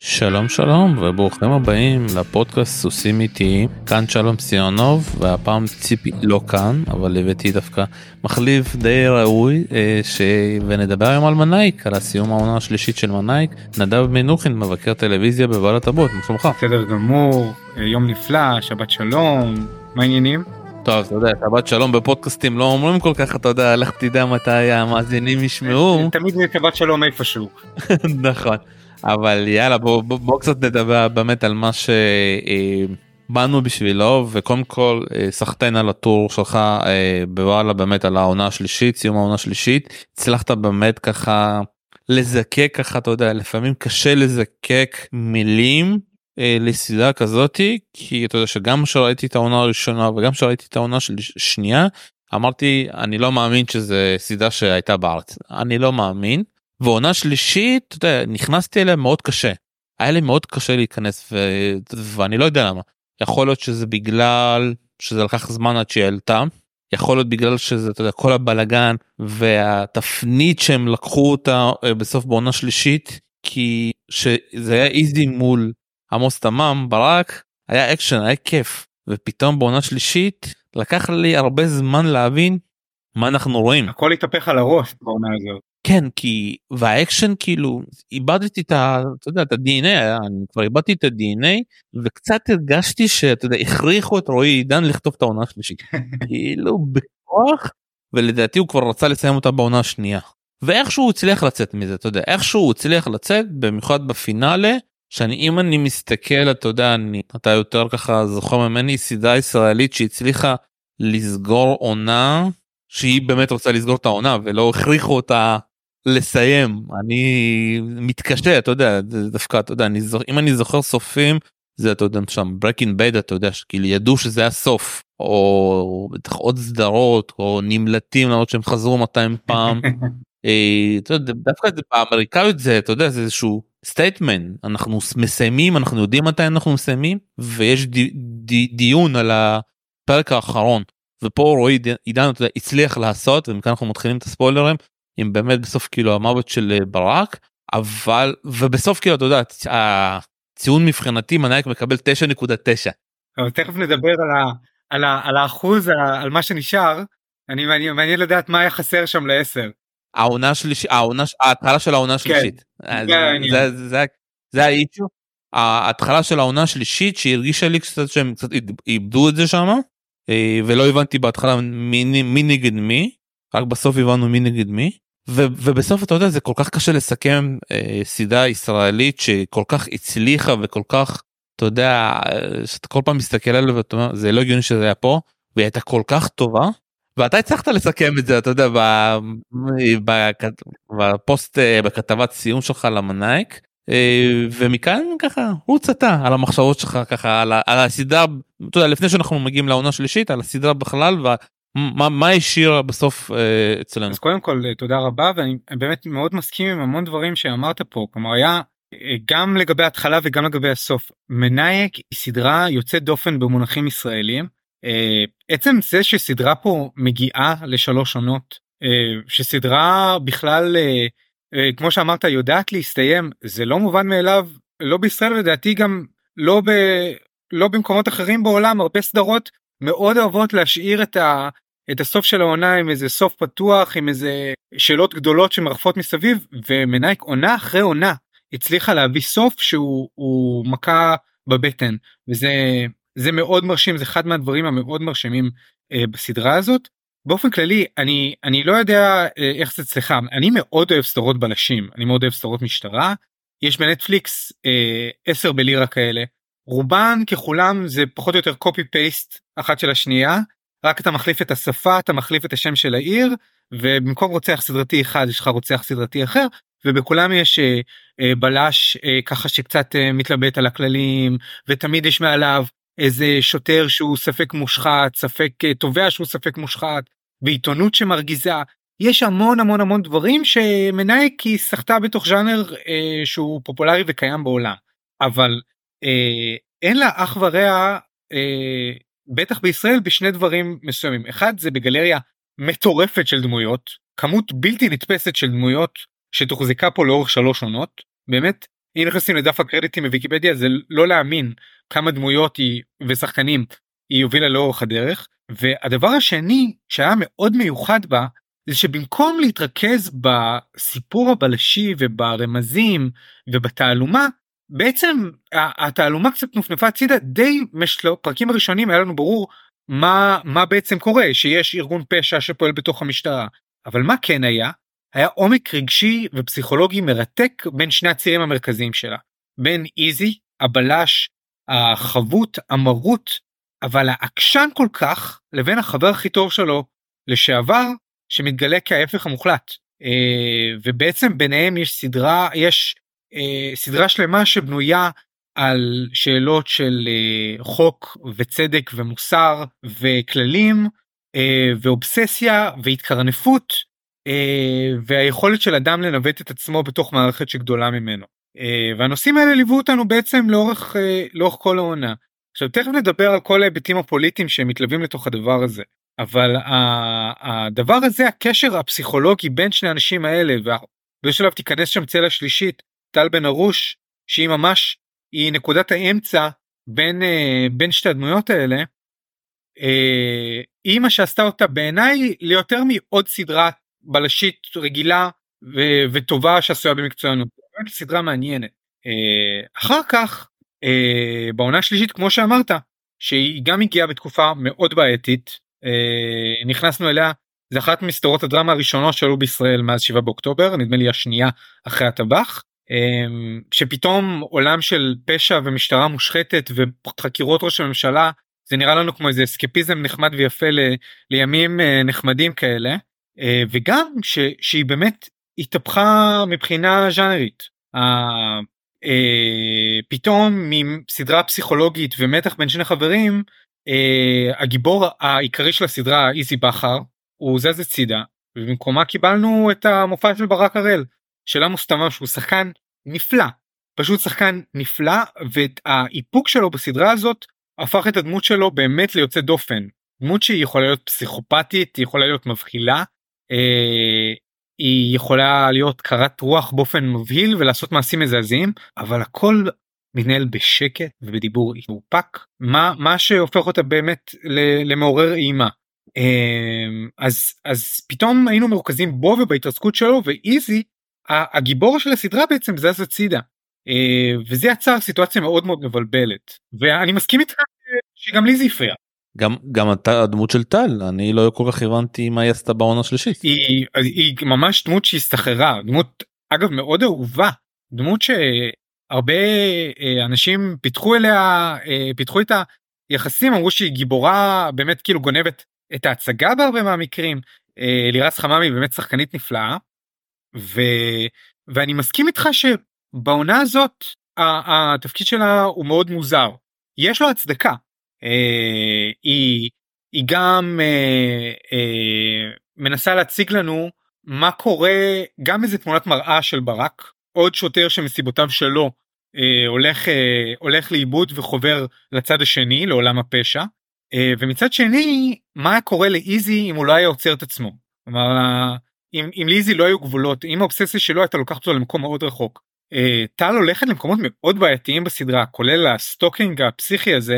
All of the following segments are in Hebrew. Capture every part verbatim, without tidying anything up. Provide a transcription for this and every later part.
שלום שלום וברוכים הבאים לפודקאסט סוסים איטיים. כאן שלום סיונוב, והפעם ציפי לא כאן, אבל הבאתי דווקא מחליף די ראוי אה, ש... ונדבר היום על מנייק, על הסיום העונה השלישית של מנייק. נדב מנוחין, מבקר טלוויזיה בוועדת הבוט, מה שלומך? בסדר גמור, יום נפלא, שבת שלום, מה העניינים? טוב, אתה יודע, שבת שלום בפודקאסטים לא אומרים כל כך, אתה יודע, לך תדע מתי המאזינים ישמעו. תמיד שבת שלום איפשהו. נכון. אבל יאללה, בוא, בוא, בוא קצת נדבר באמת על מה שבאנו בשבילו, וקודם כל סחטיין על הטור שלך בוואלה, באמת על העונה השלישית, סיום העונה השלישית. הצלחת באמת ככה לזקק ככה, אתה יודע, לפעמים קשה לזקק מילים לסדרה כזאתי, כי אתה יודע שגם שראיתי את העונה הראשונה וגם שראיתי את העונה השנייה, אמרתי אני לא מאמין שזה סדרה שהייתה בארץ, אני לא מאמין. ועונה שלישית, אתה יודע, נכנסתי אליה מאוד קשה. היה לי מאוד קשה להיכנס, ו... ואני לא יודע למה. יכול להיות שזה בגלל שזה לקח זמן עד שהיא עלתה. יכול להיות בגלל שזה, אתה יודע, כל הבלגן והתפנית שהם לקחו אותה בסוף בעונה שלישית, כי שזה היה איזי מול עמוס תמם, ברק, היה אקשן, היה כיף. ופתאום בעונה שלישית לקח לי הרבה זמן להבין מה אנחנו רואים. הכל התהפך על הראש בעונה הזאת. כן, כי והאקשן כאילו איבדתי את ה, אתה יודע, את ה-די אן איי, אני כבר איבדתי את ה-די אן איי, וקצת הרגשתי שאתה יודע, הכריחו את רועי עידן לכתוב את העונה השלישית. כאילו בכוח, ולדעתי הוא כבר רצה לסיים אותה בעונה השנייה. ואיכשהו הוא הצליח לצאת מזה, אתה יודע, איכשהו הוא הצליח לצאת, במיוחד בפינאלה, שאני אם אני מסתכל, אתה יודע, אני, אתה יותר ככה זוכר ממני סדרה ישראלית שהצליחה לסגור עונה, שהיא באמת רוצה לסגור את העונה, ולא הכריחו אותה לסיים. אני מתקשה, אתה יודע, דווקא, אתה יודע, אני זוכר, אם אני זוכר סופים, זה, אתה יודע, שם, Breaking Bad, אתה יודע, שכאילו ידעו שזה הסוף, או בטח עוד סדרות, או נמלטים, למרות שהם חזרו מאתיים פעם. אתה יודע, דווקא באמריקאיות זה, אתה יודע, זה איזשהו סטייטמנט, אנחנו מסיימים, אנחנו יודעים מתי אנחנו מסיימים, ויש די, די, דיון על הפרק האחרון. ופה רועי עידן הצליח לעשות, ומכאן אנחנו מתחילים את הספוילרים, אם באמת בסוף כאילו המוות של ברק, אבל, ובסוף כאילו אתה יודע, הציון מבחינתי מנייק מקבל תשע נקודה תשע. אבל תכף נדבר על, ה, על, ה, על האחוז, על, על מה שנשאר, אני מעניין, מעניין לדעת מה היה חסר שם לעשר. העונה השלישית, העונה, ההתחלה של העונה השלישית. כן, זה, זה, זה, זה, זה האיצ'ו. ההתחלה של העונה השלישית, שהרגישה לי קצת שהם קצת איבדו את זה שם, ולא הבנתי בהתחלה מי, מי נגד מי, רק בסוף הבנו מי נגד מי, ו, ובסוף אתה יודע זה כל כך קשה לסכם אה, סדרה ישראלית שכל כך הצליחה וכל כך, אתה יודע, שאתה כל פעם מסתכל עליה ואתה אומר, זה לא הגיוני שזה היה פה, והיא הייתה כל כך טובה, ואתה הצלחת לסכם את זה, אתה יודע, בפוסט, בכתבת סיום שלך למנייק, ומכאן ככה רוץ אתה על המחשבות שלך ככה על, על הסדרה, אתה יודע, לפני שאנחנו מגיעים לעונה שלישית, על הסדרה בכלל ומה מה השאירה בסוף אה, אצלנו. אז קודם כל תודה רבה, ואני באמת מאוד מסכים עם המון דברים שאמרת פה. כלומר היה גם לגבי ההתחלה וגם לגבי הסוף, מנייק היא סדרה יוצאת דופן במונחים ישראלים. עצם זה שסדרה פה מגיעה לשלוש עונות, שסדרה בכלל כמו שאמרת יודעת להסתיים, זה לא מובן מאליו, לא בישראל לדעתי, גם לא ב לא במקומות אחרים בעולם. הרבה סדרות מאוד אוהבות להשאיר את ה את הסוף של העונה עם איזה סוף פתוח, עם איזה שאלות גדולות שמרחפות מסביב, ומנייק עונה אחרי עונה הצליחה להביא סוף שהוא הוא מכה בבטן, וזה זה מאוד מרשים, זה אחד מהדברים המאוד מרשימים אה, בסדרה הזאת. באופן כללי אני אני לא יודע אה, איך זה אצלך, אני מאוד אוהב סדרות בלשים, אני מאוד אוהב סדרות משטרה, יש בנטפליקס אה, עשר בלירה כאלה, רובן ככולם זה פחות או יותר קופי פייסט אחת של השנייה, רק אתה מחליף את השפה, אתה מחליף את השם של העיר, ובמקום רוצח סדרתי אחד יש לך רוצח סדרתי אחר, ובכולם יש אה, אה, בלש אה, ככה שקצת אה, מתלבט על הכללים, ותמיד יש מעליו איזה שוטר שהוא ספק מושחת, ספק אה, תובע שהוא ספק מושחת, ועיתונות שמרגיזה. יש המון המון המון דברים שמנייק היא שחתה בתוך ז'אנר אה, שהוא פופולרי וקיים בעולם, אבל אה, אין לה אח ורע אה, בטח בישראל בשני דברים מסוימים. אחד זה בגלריה מטורפת של דמויות, כמות בלתי נתפסת של דמויות שתוחזקה פה לאורך שלוש עונות, באמת אם נכנסים לדף הקרדיטים בוויקיפדיה זה לא להאמין כמה דמויות היא ושחקנים היא הובילה לאורך הדרך. והדבר השני שהיה מאוד מיוחד בה זה שבמקום להתרכז בסיפור הבלשי וברמזים ובתעלומה, בעצם התעלומה קצת נופנפה הצידה. די בפרקים הראשונים היה לנו ברור מה מה בעצם קורה, שיש ארגון פשע שפועל בתוך המשטרה, אבל מה כן היה? היה עומק רגשי ופסיכולוגי מרתק בין שני הצירים המרכזיים שלה, בין איזי הבלש החבוט המרות אבל העקשן כל כך, לבין החבר הכי טוב שלו לשעבר שמתגלה כהפך המוחלט. ובעצם ביניהם יש סדרה, יש סדרה שלמה שבנויה על שאלות של חוק וצדק ומוסר וכללים ואובססיה והתקרנפות והיכולת של אדם לנווט את עצמו בתוך מערכת שגדולה ממנו. והנושאים האלה ליוו אותנו בעצם לאורך, לאורך כל העונה. עכשיו תכף נדבר על כל ההיבטים הפוליטיים שמתלווים לתוך הדבר הזה, אבל הדבר הזה, הקשר הפסיכולוגי בין שני האנשים האלה, ובשלב תיכנס שם צלע שלישית, טל בן ארוש, שהיא ממש, היא נקודת האמצע בין, בין שתי הדמויות האלה, היא מה שעשתה אותה בעיניי ליותר מעוד סדרה בלשית רגילה ו- וטובה שעשויה במקצוענות. סדרה מעניינת. אחר כך, בעונה השלישית כמו שאמרת, שהיא גם הגיעה בתקופה מאוד בעייתית, נכנסנו אליה, זה אחת מסדרות הדרמה הראשונות שעלו בישראל מאז שבעה באוקטובר, נדמה לי השנייה אחרי הטבח, שפתאום עולם של פשע ומשטרה מושחתת וחקירות ראש הממשלה, זה נראה לנו כמו איזה אסקפיזם נחמד ויפה ל, לימים נחמדים כאלה, וגם ש, שהיא באמת התהפכה מבחינה ז'אנרית. פתאום מסדרה פסיכולוגית ומתח בין שני חברים, הגיבור העיקרי של הסדרה, איזי בחר, הוא זז הצידה, ובמקומה קיבלנו את המופע של ברק הראל, של עמוס תמם, שהוא שחקן נפלא, פשוט שחקן נפלא, והאיפוק שלו בסדרה הזאת הפך את הדמות שלו באמת ליוצא דופן. דמות שהיא יכולה להיות פסיכופתית, היא יכולה להיות מבחילה, היא יכולה להיות קרת רוח באופן מבהיל ולעשות מעשים מזעזעים, אבל הכל מתנהל בשקט ובדיבור מאופק, מה מה שהופך אותה באמת למעורר אימה. אז אז פתאום היינו מרוכזים בו ובהתעסקות שלו, ואיזי הגיבור של הסדרה בעצם זז הצידה, וזה יצר סיטואציה מאוד מאוד מבלבלת, ואני מסכים איתך שגם לי זה הפריע. גם גם אתה הדמות של טל, אני לא כל כך הבנתי מה היא עשתה בעונה השלישית. היא היא ממש דמות שהסתחררה, דמות אגב מאוד אהובה, דמות שהרבה אנשים פיתחו אליה, פיתחו את היחסים, אמרו שהיא גיבורה באמת, כאילו גונבת את ההצגה בהרבה מהמקרים. לירז חממי באמת שחקנית נפלאה, ו... ואני מסכים איתך שבעונה הזאת התפקיד שלה הוא מאוד מוזר, יש לו הצדקה. אה, היא, היא גם אה, אה, מנסה להציג לנו מה קורה, גם איזה תמונת מראה של ברק, עוד שוטר שמסיבותיו שלו אה, הולך, אה, הולך לאיבוד וחובר לצד השני, לעולם הפשע, אה, ומצד שני מה קורה לאיזי אם הוא לא היה עוצר את עצמו. כלומר, אם, אם לאיזי לא היו גבולות, אם האובססיה שלו הייתה לוקחת אותו למקום מאוד רחוק, אה, טל הולכת למקומות מאוד בעייתיים בסדרה, כולל הסטוקינג הפסיכי הזה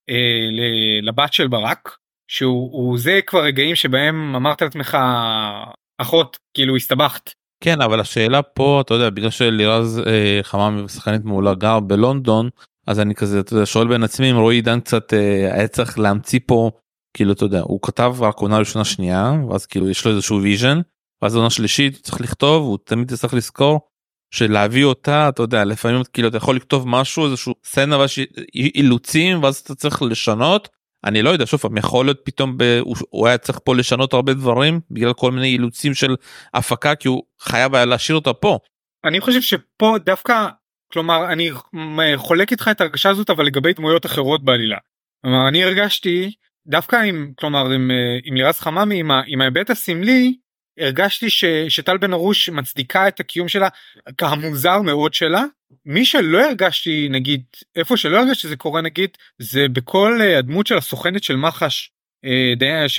לבת של ברק, שהוא זה כבר רגעים שבהם אמרת לעצמך אחות, כאילו הסתבכת. כן, אבל השאלה פה, אתה יודע, בגלל שלירז אה, חממי ושחקנית מעולה גר בלונדון, אז אני כזה, אתה יודע, שואל בין עצמי אם רועי עידן קצת אה, היה צריך להמציא פה, כאילו, אתה יודע, הוא כתב רק עונה ראשונה שנייה, ואז כאילו יש לו איזשהו ויז'ן, ואז עונה שלישית צריך לכתוב, הוא תמיד צריך לזכור, שלהביא אותה, אתה יודע, לפעמים כאילו אתה יכול לכתוב משהו, איזשהו סצנה ויש אילוצים, ואז אתה צריך לשנות. אני לא יודע, שוב, יכול להיות פתאום, ב... הוא היה צריך פה לשנות הרבה דברים, בגלל כל מיני אילוצים של הפקה, כי הוא חייב היה להשאיר אותה פה. אני חושב שפה דווקא, כלומר, אני חולק איתך את הרגשה הזאת, אבל לגבי דמויות אחרות בעלילה. כלומר, אני הרגשתי, דווקא עם, כלומר, עם, עם לירז חממי, עם, עם ההיבט הסמלי, הרגשתי ש, שטל בן ארוש מצדיקה את הקיום שלה, כמוזר מאוד שלה. מי שלא הרגשתי, נגיד, איפה שלא הרגשתי זה קורה, נגיד, זה בכל הדמות של הסוכנת של מח"ש,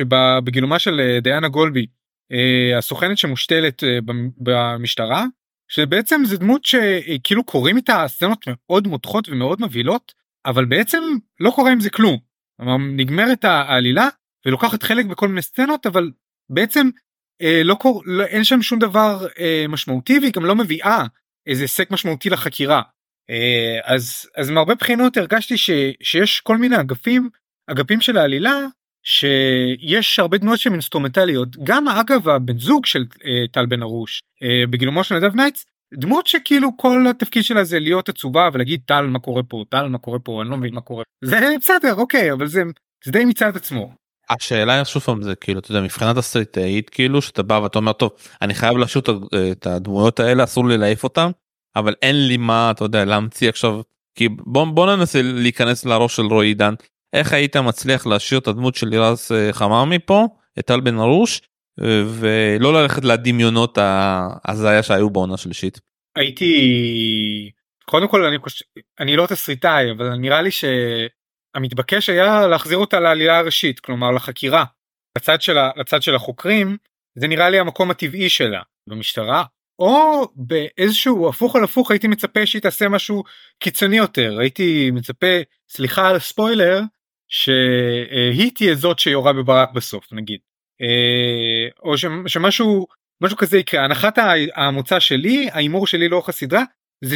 שבגילומה של דיאנה גולבי, הסוכנת שמושתלת במשטרה, שבעצם זה דמות שכאילו קוראים איתה סצנות מאוד מותחות ומאוד מבהילות, אבל בעצם לא קורה עם זה כלום. כלומר, נגמרת העלילה ולוקחת חלק בכל מיני סצנות, אבל בעצם אה, לא קור... לא, אין שם שום דבר אה, משמעותי, והיא גם לא מביאה איזה הישג משמעותי לחקירה. אה, אז, אז מהרבה בחינות הרגשתי ש, שיש כל מיני אגפים, אגפים של העלילה, שיש הרבה דמויות שהן אינסטרומנטליות. גם אגב הבן זוג של אה, טל בן ארוש, אה, בגילומו של נדב נייטס, דמות שכאילו כל התפקיד שלה זה להיות עצובה ולהגיד טל מה קורה פה, טל מה קורה פה, אני לא מבין מה קורה. זה בסדר, אוקיי, אבל זה, זה די מצד עצמו. השאלה שוב פעם זה כאילו אתה יודע מבחינת הסרטאית כאילו שאתה בא ואתה אומר טוב אני חייב להשאיר את הדמויות האלה, אסור לי להעיף אותם, אבל אין לי מה אתה יודע להמציא עכשיו, כי בוא בוא ננסה להיכנס לראש של רועי עידן. איך היית מצליח להשאיר את הדמות של לירז חממי פה, את טל בן ארוש, ולא ללכת לדמיונות ההזיה שהיו בעונה שלישית? הייתי קודם כל אני חושב אני לא תסריטאי, אבל נראה לי שהמתבקש היה להחזיר אותה לעלילה הראשית, כלומר לחקירה, לצד של לצד של החוקרים. זה נראה לי המקום הטבעי שלה במשטרה, או באיזשהו הפוך על הפוך הייתי מצפה שהיא תעשה משהו קיצוני יותר. הייתי מצפה, סליחה על ספוילר, שהיא תהיה זאת שיורה בברק בסוף נגיד, או שמשהו משהו כזה יקרה. הנחת המוצא שלי, האימור שלי לאורך הסדרה, זה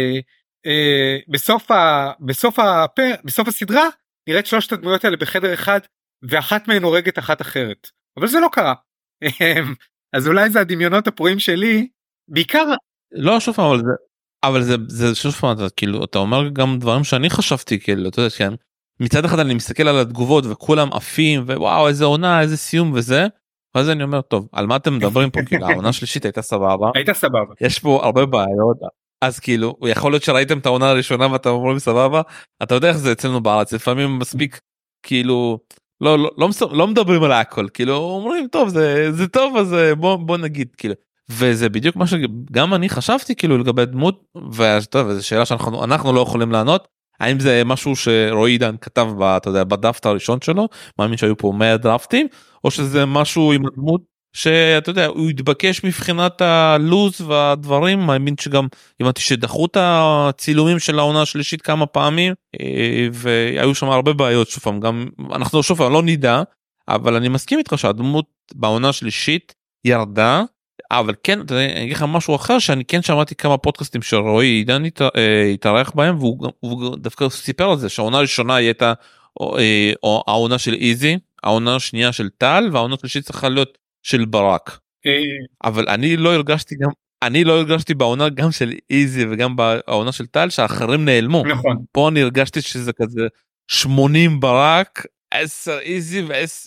שבסוף בסוף הפר בסוף הסדרה נראית שלושת הדמויות האלה בחדר אחד, ואחת מהן הורגת אחת אחרת, אבל זה לא קרה. אז אולי זה הדמיונות הפרועים שלי בעיקר. לא שוב אבל זה אבל זה זה שוב פעם כאילו אתה אומר גם דברים שאני חשבתי כאילו אתה יודע כן. מצד אחד אני מסתכל על התגובות וכולם עפים ווואו איזה עונה איזה סיום וזה, ואז אני אומר טוב על מה אתם מדברים פה, כאילו העונה שלישית הייתה סבבה, הייתה סבבה, יש פה הרבה בעיות, אז כאילו יכול להיות שראיתם את העונה הראשונה ואתם אומרים סבבה, אתה יודע איך זה אצלנו בארץ לפעמים מספיק כאילו לא לא לא, לא מדברים על הכל, כאילו אומרים טוב זה זה טוב אז בוא בוא נגיד כאילו, וזה בדיוק מה שגם אני חשבתי כאילו לגבי דמות, וזו שאלה שאנחנו אנחנו לא יכולים לענות. האם זה משהו שרועי עידן כתב אתה יודע בדפט הראשון שלו, מאמין שהיו פה מאה דרפטים, או שזה משהו עם הדמות שאתה יודע הוא התבקש מבחינת הלוז והדברים. מאמין שגם הבנתי שדחו את הצילומים של העונה השלישית כמה פעמים, והיו שם הרבה בעיות. שוב פעם גם אנחנו שוב פעם לא נדע, אבל אני מסכים איתך שהדמות בעונה השלישית ירדה. אבל כן, אני אגיד לך משהו אחר, שאני כן שמעתי כמה פודקאסטים שרועי עידן התארח בהם, והוא דווקא סיפר על זה, שהעונה הראשונה הייתה העונה של איזי, העונה השנייה של טל, והעונה השלישית צריכה להיות של ברק. אבל אני לא הרגשתי גם, אני לא הרגשתי בעונה גם של איזי וגם בעונה של טל, שהאחרים נעלמו. נכון. פה אני הרגשתי שזה כזה שמונים ברק, עשר איזי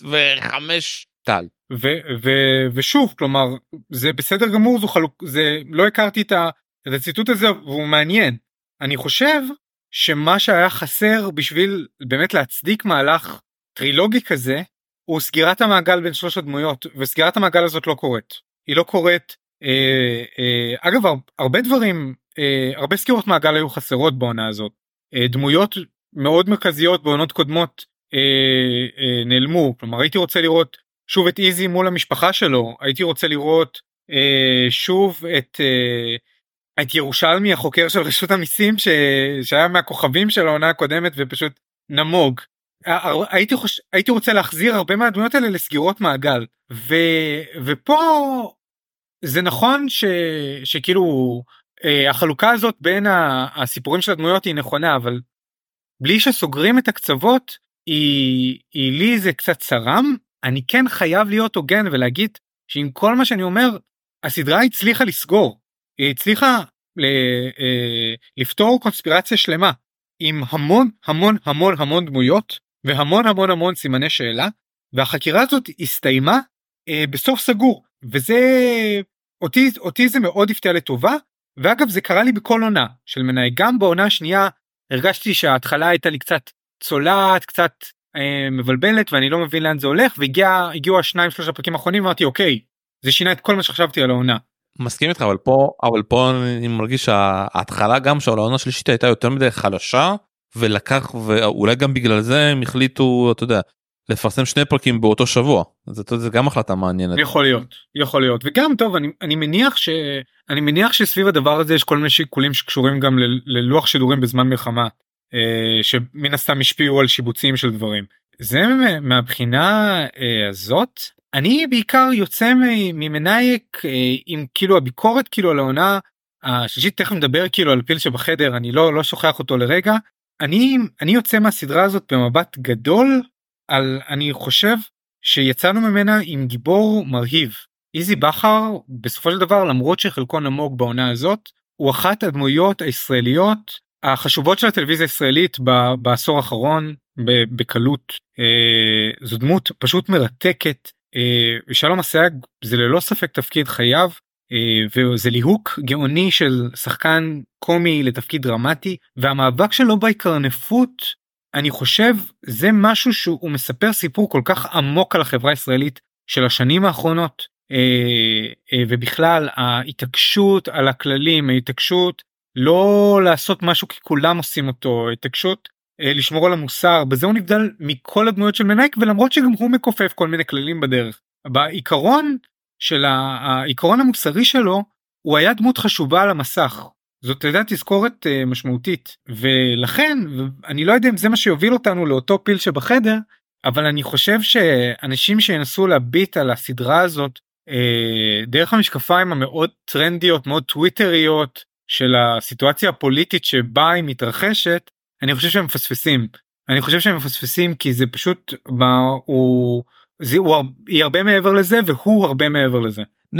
וחמש טל. ו- ו- ושוב כלומר זה בסדר גמור, זו חלוק, זה לא הכרתי את, ה- את הציטוט הזה והוא מעניין. אני חושב שמה שהיה חסר בשביל באמת להצדיק מהלך טרילוגי כזה הוא סגירת המעגל בין שלוש הדמויות, וסגירת המעגל הזאת לא קורית, היא לא קורית. אה, אה, אגב הרבה דברים, אה, הרבה סגירות מעגל היו חסרות בעונה הזאת. אה, דמויות מאוד מרכזיות בעונות קודמות אה, אה, נעלמו, כלומר הייתי רוצה לראות שוב את איזי מול המשפחה שלו, הייתי רוצה לראות אה, שוב את, אה, את ירושלמי החוקר של רשות המיסים ש, שהיה מהכוכבים של העונה הקודמת ופשוט נמוג. הייתי, חוש... הייתי רוצה להחזיר הרבה מהדמויות האלה לסגירות מעגל, ו... ופה זה נכון ש... שכאילו אה, החלוקה הזאת בין הסיפורים של הדמויות היא נכונה, אבל בלי שסוגרים את הקצוות היא, היא לי זה קצת צרם. אני כן חייב להיות הוגן ולהגיד שעם כל מה שאני אומר, הסדרה הצליחה לסגור, היא הצליחה ל, אה, לפתור קונספירציה שלמה, עם המון המון המון המון דמויות, והמון המון המון סימני שאלה, והחקירה הזאת הסתיימה אה, בסוף סגור, וזה, אותי, אותי זה מאוד הפתיע לטובה, ואגב זה קרה לי בכל עונה של מנהי, גם בעונה השנייה הרגשתי שההתחלה הייתה לי קצת צולעת, קצת מבלבלת ואני לא מבין לאן זה הולך, והגיעו השניים שלושה פרקים האחרונים ואמרתי אוקיי זה שינה את כל מה שחשבתי על העונה. מסכים איתך, אבל פה אבל פה אני מרגיש שההתחלה גם של העונה השלישית הייתה יותר מדי חלשה, ולקח ואולי גם בגלל זה הם החליטו אתה יודע לפרסם שני פרקים באותו שבוע, זה, זה גם החלטה מעניינת. יכול להיות, יכול להיות, וגם טוב, אני, אני מניח ש, אני מניח שסביב הדבר הזה יש כל מיני שיקולים שקשורים גם ל, ללוח שידורים בזמן מלחמה, אה, שמן הסתם השפיעו על שיבוצים של דברים. זה מהבחינה אה, הזאת, אני בעיקר יוצא ממנייק אה, עם כאילו הביקורת כאילו על העונה השלישית, תכף מדבר כאילו על פיל שבחדר, אני לא, לא שוכח אותו לרגע, אני, אני יוצא מהסדרה הזאת במבט גדול, על, אני חושב שיצאנו ממנה עם גיבור מרהיב. איזי בחר בסופו של דבר, למרות שחלקו נמוג בעונה הזאת, הוא אחת הדמויות הישראליות החשובות של הטלוויזיה הישראלית בעשור האחרון בקלות. אה, זו דמות פשוט מרתקת, אה, ושלום אסייג זה ללא ספק תפקיד חייו, אה, וזה ליהוק גאוני של שחקן קומי לתפקיד דרמטי, והמאבק שלו בהיקרנפות, אני חושב זה משהו שהוא מספר סיפור כל כך עמוק על החברה הישראלית של השנים האחרונות, אה, אה, ובכלל ההתעקשות על הכללים, ההתעקשות לא לעשות משהו כי כולם עושים אותו, ההתעקשות אה, לשמור על המוסר, בזה הוא נבדל מכל הדמויות של מנייק, ולמרות שגם הוא מכופף כל מיני כללים בדרך, בעיקרון של העיקרון המוסרי שלו, הוא היה דמות חשובה על המסך. זאת לדעת תזכורת uh, משמעותית, ולכן אני לא יודע אם זה מה שיוביל אותנו לאותו פיל שבחדר, אבל אני חושב שאנשים שינסו להביט על הסדרה הזאת uh, דרך המשקפיים המאוד טרנדיות, מאוד טוויטריות של הסיטואציה הפוליטית שבה היא מתרחשת, אני חושב שהם מפספסים. אני חושב שהם מפספסים כי זה פשוט, מה, הוא, זה, הוא, היא הרבה מעבר לזה והוא הרבה מעבר לזה.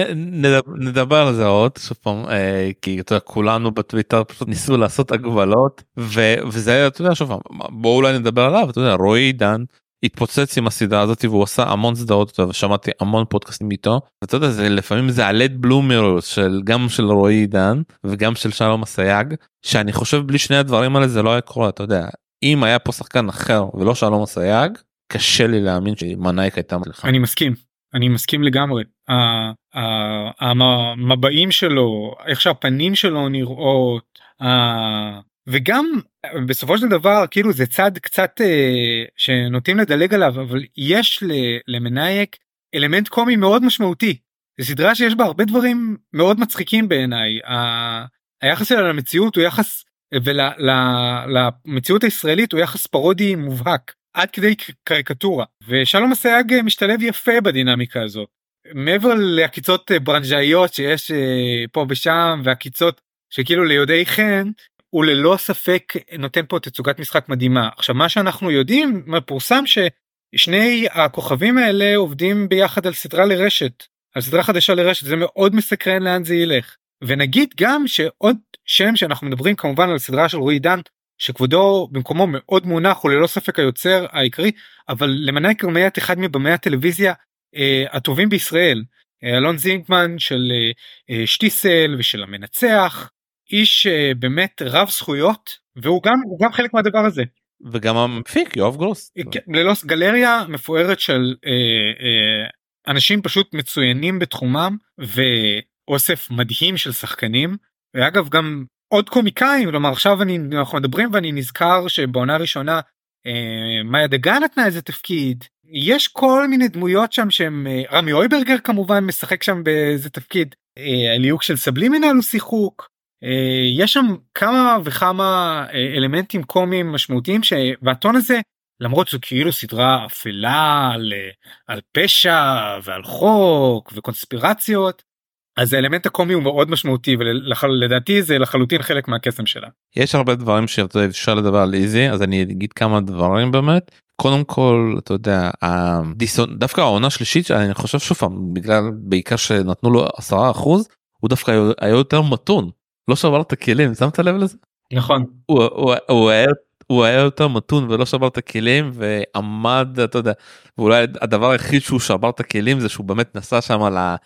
נדבר על זה עוד שוב פעם, כי אתה יודע, כולנו בטוויטר פשוט ניסו לעשות הגבלות, וזה, אתה יודע, שוב פעם, בואו אולי נדבר עליו, אתה יודע, רועי עידן התפוצץ עם הסדרה הזאת והוא עשה המון סדרות, ושמעתי המון פודקאסטים איתו, ואתה יודע, זה לפעמים זה הלד בלומרס של גם של רועי עידן וגם של שלום אסייג, שאני חושב בלי שני הדברים האלה זה לא היה קורה, אתה יודע, אם היה פה שחקן אחר ולא שלום אסייג, קשה לי להאמין שמנייק הייתה מצליחה. אני מסכים. אני מסכים לגמרי. המבעים שלו, איך שהפנים שלו נראות, וגם בסופו של דבר כאילו זה צד קצת שנוטים לדלג עליו, אבל יש למנייק אלמנט קומי מאוד משמעותי. זו סדרה שיש בה הרבה דברים מאוד מצחיקים בעיניי. היחס שלה למציאות הוא יחס, ולמציאות הישראלית הוא יחס פרודי מובהק. עד כדי קריקטורה, ושלום אסייג משתלב יפה בדינמיקה הזאת, מעבר לעקיצות ברנז'איות שיש פה ושם, והעקיצות שכאילו ליודעי חן, הוא ללא ספק נותן פה תצוגת משחק מדהימה. עכשיו מה שאנחנו יודעים, פורסם ששני הכוכבים האלה עובדים ביחד על סדרה לרשת, על סדרה חדשה לרשת, זה מאוד מסקרן לאן זה ילך, ונגיד גם שעוד שם שאנחנו מדברים כמובן על סדרה של רועי עידן, שכבודו במקומו מאוד מונח, הוא ללא ספק היוצר העיקרי, אבל למנייק רמיית אחד מבמאי הטלוויזיה אה, הטובים בישראל, אה, אלון זינגמן של אה, שטיסל ושל המנצח, איש אה, באמת רב זכויות, והוא גם, הוא גם חלק מהדבר הזה. וגם המפיק יואב גרוס. ללא גלריה מפוארת של אה, אה, אנשים פשוט מצוינים בתחומם, ואוסף מדהים של שחקנים, ואגב גם עוד קומיקאים, כלומר עכשיו אני, אנחנו מדברים ואני נזכר שבעונה הראשונה אה, מאיה דגן נתנה איזה תפקיד, יש כל מיני דמויות שם שהם, אה, רמי אויברגר כמובן משחק שם באיזה תפקיד, אה, הליהוק של סבלימינל הוא שיחוק, אה, יש שם כמה וכמה אה, אלמנטים קומיים משמעותיים, ש... והטון הזה, למרות זו כאילו סדרה אפלה על, על פשע ועל חוק וקונספירציות, אז האלמנט הקומי הוא מאוד משמעותי, ולדעתי זה לחלוטין חלק מהקסם שלה. יש הרבה דברים שאפשר לדבר על איזי, אז אני אגיד כמה דברים באמת. קודם כל, אתה יודע, הדיסון, דווקא העונה השלישית, אני חושב שוב פעם, בגלל בעיקר שנתנו לו עשרה אחוז, הוא דווקא היה יותר מתון, לא שבר את הכלים, שמת לב לזה? נכון. הוא, הוא, הוא היה... הוא היה יותר מתון ולא שבר את הכלים ועמד, אתה יודע, ואולי הדבר היחיד שהוא שבר את הכלים זה שהוא באמת נסע שם ל...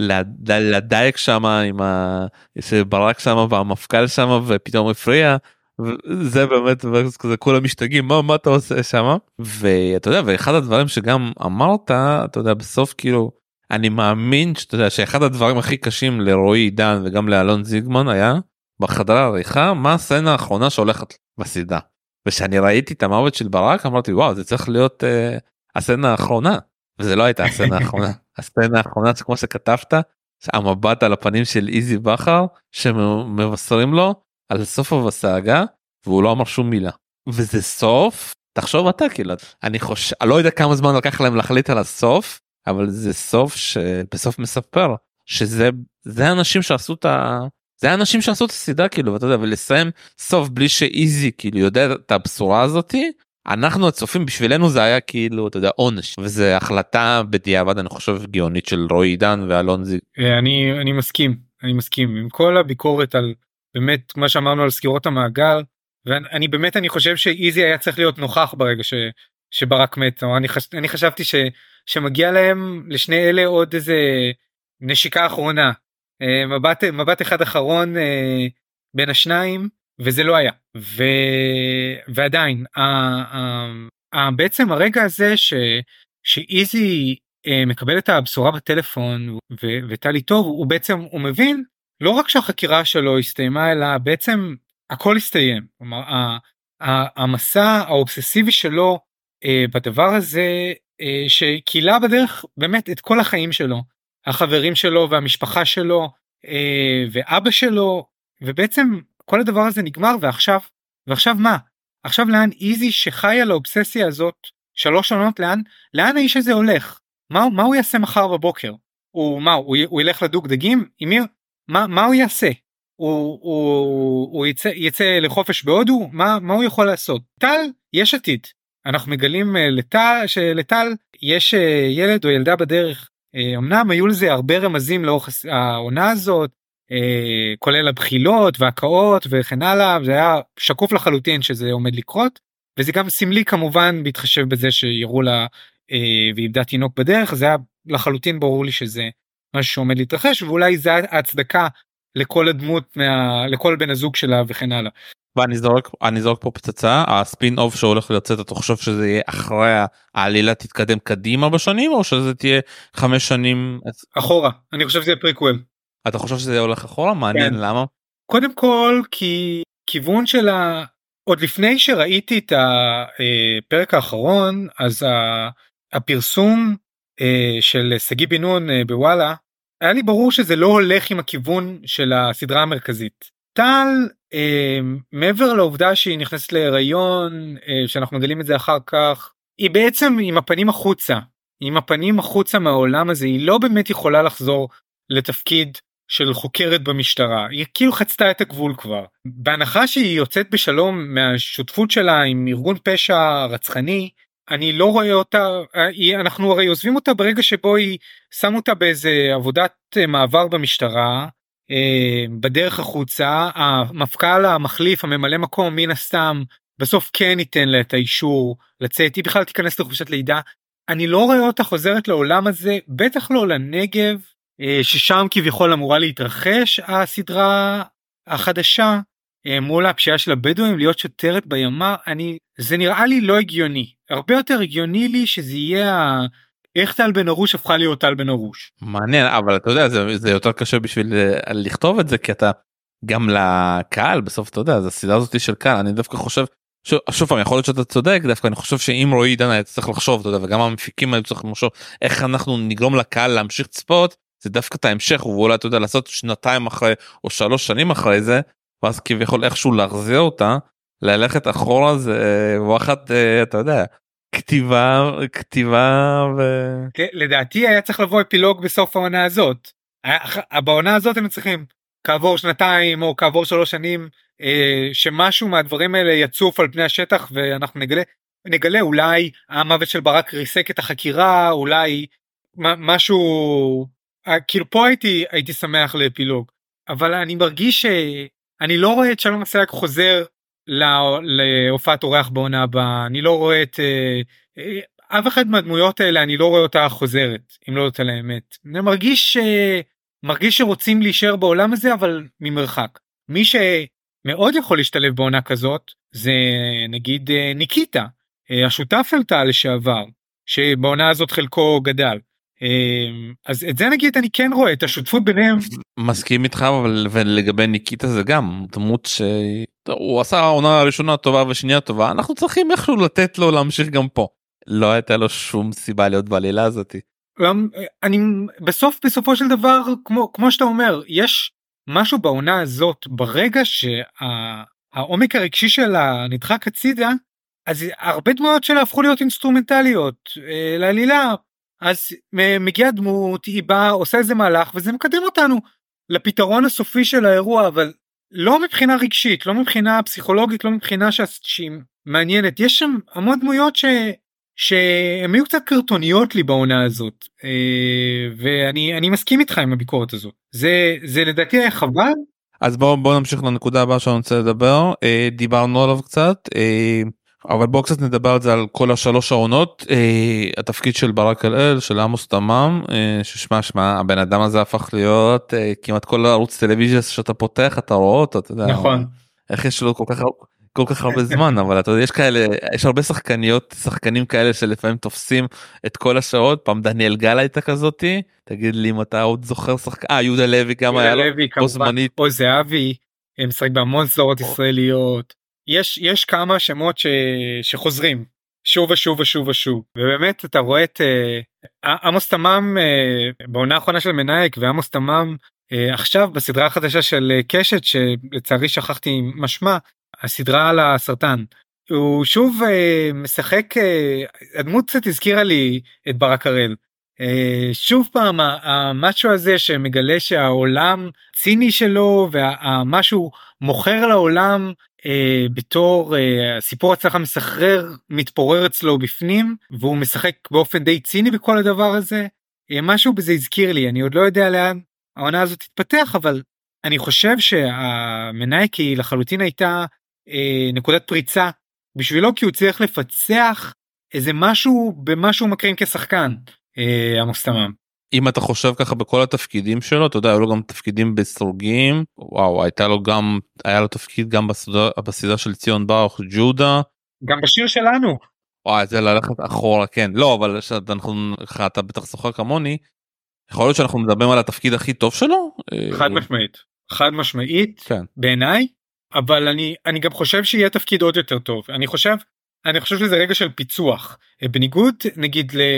לדייק שם עם ה... שברק שם והמפכ"ל שם ופתאום הפריע, וזה באמת כזה כולם משתגעים מה מה אתה עושה שם, ואתה יודע, ואחד הדברים שגם אמרת, אתה יודע, בסוף כאילו אני מאמין שאתה יודע שאחד הדברים הכי קשים לרועי עידן וגם לאלון זיגמן היה בחדר העריכה מה הסצנה האחרונה שהולכת בסדרה, ושאני ראיתי את המוות של ברק אמרתי וואו זה צריך להיות אה, הסצנה האחרונה, וזה לא הייתה הסצנה האחרונה, הסצנה האחרונה כמו שכתבת, המבט על הפנים של איזי בכר שמבשרים לו על סוף הסאגה והוא לא אמר שום מילה, וזה סוף, תחשוב אתה כאילו, אני חושב, אני לא יודע כמה זמן לקח להם להחליט על הסוף, אבל זה סוף שבסוף מספר שזה זה אנשים שעשו את ה... זה האנשים שעשו את הסדרה כאילו, ואתה יודע, ולסיים סוף בלי שאיזי כאילו יודע את הבשורה הזאתי, אנחנו הצופים בשבילנו זה היה כאילו, אתה יודע, עונש, וזה החלטה בדיעבד אני חושב גאונית של רועי עידן ואלון זיו. אני אני מסכים, אני מסכים עם כל הביקורת על באמת מה שאמרנו על סגירות המעגל, ואני באמת אני חושב שאיזי היה צריך להיות נוכח ברגע ש, שברק מת, או אני, חש, אני חשבתי ש, שמגיע להם לשני אלה עוד איזה נשיקה אחרונה, מבט מבט אחד אחרון בין השניים, וזה לא היה. ו... ועדיין ה... ה... ה... בעצם הרגע הזה ש... שאיזי מקבל את הבשורה בטלפון ו... וטלי טוב, הוא בעצם הוא מבין לא רק שהחקירה שלו הסתיימה, אלא בעצם הכל הסתיים. כלומר, ה... ה... המסע האובססיבי שלו בדבר הזה שקילה בדרך באמת את כל החיים שלו, החברים שלו והמשפחה שלו ואבא שלו, ובעצם כל הדבר הזה נגמר, ועכשיו ועכשיו מה? עכשיו לאן איזי שחי על האובססיה הזאת שלוש עונות, לאן לאן האיש הזה הולך? מה, מה הוא יעשה מחר בבוקר? הוא מה, הוא, הוא ילך לדוג דגים? אמיר, מה, מה הוא יעשה? הוא, הוא, הוא יצא, יצא לחופש בהודו? מה, מה הוא יכול לעשות? טל, יש עתיד. אנחנו מגלים לטל, שלטל יש ילד או ילדה בדרך. אמנם היו לזה הרבה רמזים לאורך העונה הזאת, כולל הבחילות והקאות וכן הלאה, זה היה שקוף לחלוטין שזה עומד לקרות, וזה גם סמלי כמובן בהתחשב בזה שיראו לה ואיבדה תינוק בדרך, זה היה לחלוטין ברור לי שזה משהו שעומד להתרחש, ואולי זה ההצדקה לכל הדמות, מה, לכל בן הזוג שלה וכן הלאה. ואני זורק, אני זורק פה פצצה, הספין אוף שהולך לצאת, אתה חושב שזה יהיה אחרי העלילה תתקדם קדימה בשנים, או שזה תהיה חמש שנים אחורה? אני חושב שזה פריקוול. אתה חושב שזה הולך אחורה? מעניין, כן. למה? קודם כל כי כיוון שלה, עוד לפני שראיתי את הפרק האחרון, אז הפרסום של סגי בן נון בוואלה, היה לי ברור שזה לא הולך עם הכיוון של הסדרה המרכזית. טל, מעבר לעובדה שהיא נכנסת להיריון, שאנחנו מגלים את זה אחר כך, היא בעצם עם הפנים החוצה, עם הפנים החוצה מהעולם הזה, היא לא באמת יכולה לחזור לתפקיד של חוקרת במשטרה, היא כאילו חצתה את הגבול כבר. בהנחה שהיא יוצאת בשלום מהשותפות שלה עם ארגון פשע רצחני, אני לא רואה אותה, אנחנו הרי עוזבים אותה ברגע שבו היא שם אותה באיזה עבודת מעבר במשטרה, בדרך החוצה, המפכ"ל המחליף, הממלא מקום, מן הסתם, בסוף כן ייתן לה את האישור לצאת, היא בכלל תיכנס לחופשת לידה, אני לא רואה אותה חוזרת לעולם הזה, בטח לא לנגב, ששם כביכול אמורה להתרחש הסדרה החדשה, מול הפשיעה של הבדואים, להיות שוטרת בימ"ר, אני, זה נראה לי לא הגיוני, הרבה יותר הגיוני לי שזה יהיה, איך טל בן ארוש הפכה להיות טל בן ארוש. מעניין, אבל אתה יודע, זה, זה יותר קשה בשביל לכתוב את זה, כי אתה, גם לקהל, בסוף אתה יודע, זה הסדרה הזאת של קהל, אני דווקא חושב, שוב, שוב פעם, יכול להיות שאתה צודק, דווקא אני חושב שאם רועי עידן היה צריך לחשוב, אתה יודע, וגם המפיקים היו צריכים לחשוב, איך אנחנו נגרום לקהל להמשיך צפות, זה דווקא את ההמשך, ואולי אתה יודע, לעשות שנתיים אחרי, או שלוש שנים אחרי זה, ואז כביכול איכשהו להחזיר אותה, ללכת אחורה זה וואחד, אתה יודע, כתיבה, כתיבה ו... לדעתי היה צריך לבוא אפילוג בסוף העונה הזאת. בעונה הזאת הם צריכים כעבור שנתיים או כעבור שלוש שנים, שמשהו מהדברים האלה יצוף על פני השטח, ואנחנו נגלה, נגלה אולי המוות של ברק ריסק את החקירה, אולי משהו, כאילו פה הייתי, הייתי שמח לאפילוג, אבל אני מרגיש שאני לא רואה את שלום אסייג חוזר להופעת אורח בעונה הבאה, אני לא רואה את אף אחד מהדמויות האלה, אני לא רואה אותה חוזרת, אם לא יודעת על האמת. אני מרגיש, מרגיש שרוצים להישאר בעולם הזה, אבל ממרחק. מי שמאוד יכול להשתלב בעונה כזאת, זה נגיד ניקיטה, השותף של טל לשעבר, שבעונה הזאת חלקו גדל. אז את זה נגיד אני כן רואה את השותפות ביניהם. מסכים איתך, אבל ולגבי ניקיטה זה גם דמות שהוא עשה העונה הראשונה טובה ושנייה טובה, אנחנו צריכים איכשהו לתת לו להמשיך גם פה. לא הייתה לו שום סיבה להיות בעלילה הזאת. אני בסוף בסופו של דבר כמו כמו שאתה אומר יש משהו בעונה הזאת ברגע שהעומק הרגשי שלה נדחק הצידה אז הרבה דמויות שלה הפכו להיות אינסטרומנטליות לעלילה אז מגיעה דמות היא באה עושה איזה מהלך וזה מקדם אותנו לפתרון הסופי של האירוע אבל לא מבחינה רגשית לא מבחינה פסיכולוגית לא מבחינה שהיא מעניינת יש שם המון דמויות ש שהן היו קצת קרטוניות לי בעונה הזאת ואני אני מסכים איתך עם הביקורת הזאת זה זה לדעתי היה חבל. אז בואו בוא נמשיך לנקודה הבאה שאני רוצה לדבר דיברנו עליו קצת אבל בואו קצת נדבר על זה על כל השלוש העונות התפקיד של ברק הראל של עמוס תמם ששמע שמע הבן אדם הזה הפך להיות כמעט כל ערוץ טלוויזיה שאתה פותח אתה רואה אותו אתה יודע נכון איך יש לו כל כך כל כך הרבה זמן אבל אתה יודע יש כאלה יש הרבה שחקניות שחקנים כאלה שלפעמים תופסים את כל השעות פעם דניאל גל הייתה כזאתי תגיד לי אם אתה עוד זוכר שחקן אה יהודה לוי גם היה לו בו זמנית או זהבי משחק בהמון סדרות ישראליות יש יש כמה שמות ש, שחוזרים שוב ושוב ושוב ושוב ובאמת אתה רואה את אה, עמוס תמם אה, בעונה האחרונה של מנהיק ועמוס תמם אה, עכשיו בסדרה החדשה של אה, קשת שלצערי שכחתי משמע הסדרה על הסרטן הוא שוב אה, משחק אה, הדמות קצת הזכירה לי את ברק הראל אה, שוב פעם המשהו הזה שמגלה שהעולם ציני שלו והמשהו מוכר לעולם אה, בתור אה, סיפור הצלחה מסחרר מתפורר אצלו בפנים והוא משחק באופן די ציני בכל הדבר הזה אה, משהו בזה הזכיר לי אני עוד לא יודע לאן העונה הזאת תתפתח אבל אני חושב שהמנהיק היא לחלוטין הייתה אה, נקודת פריצה בשבילו כי הוא צריך לפצח איזה משהו במשהו מקרים כשחקן אה, עמוס תמם. אם אתה חושב ככה בכל התפקידים שלו אתה יודע היו לו גם תפקידים בסרוגים וואו הייתה לו גם היה לו תפקיד גם בסדרה, בסדרה של ציון ברוך ג'ודה גם בשיר שלנו וואי זה ללכת אחורה כן לא אבל אנחנו אתה בטח זוכר כמוני יכול להיות שאנחנו מדברים על התפקיד הכי טוב שלו חד משמעית חד משמעית כן. בעיניי אבל אני אני גם חושב שיהיה תפקיד עוד יותר טוב אני חושב אני חושב שזה רגע של פיצוח בניגוד נגיד ל...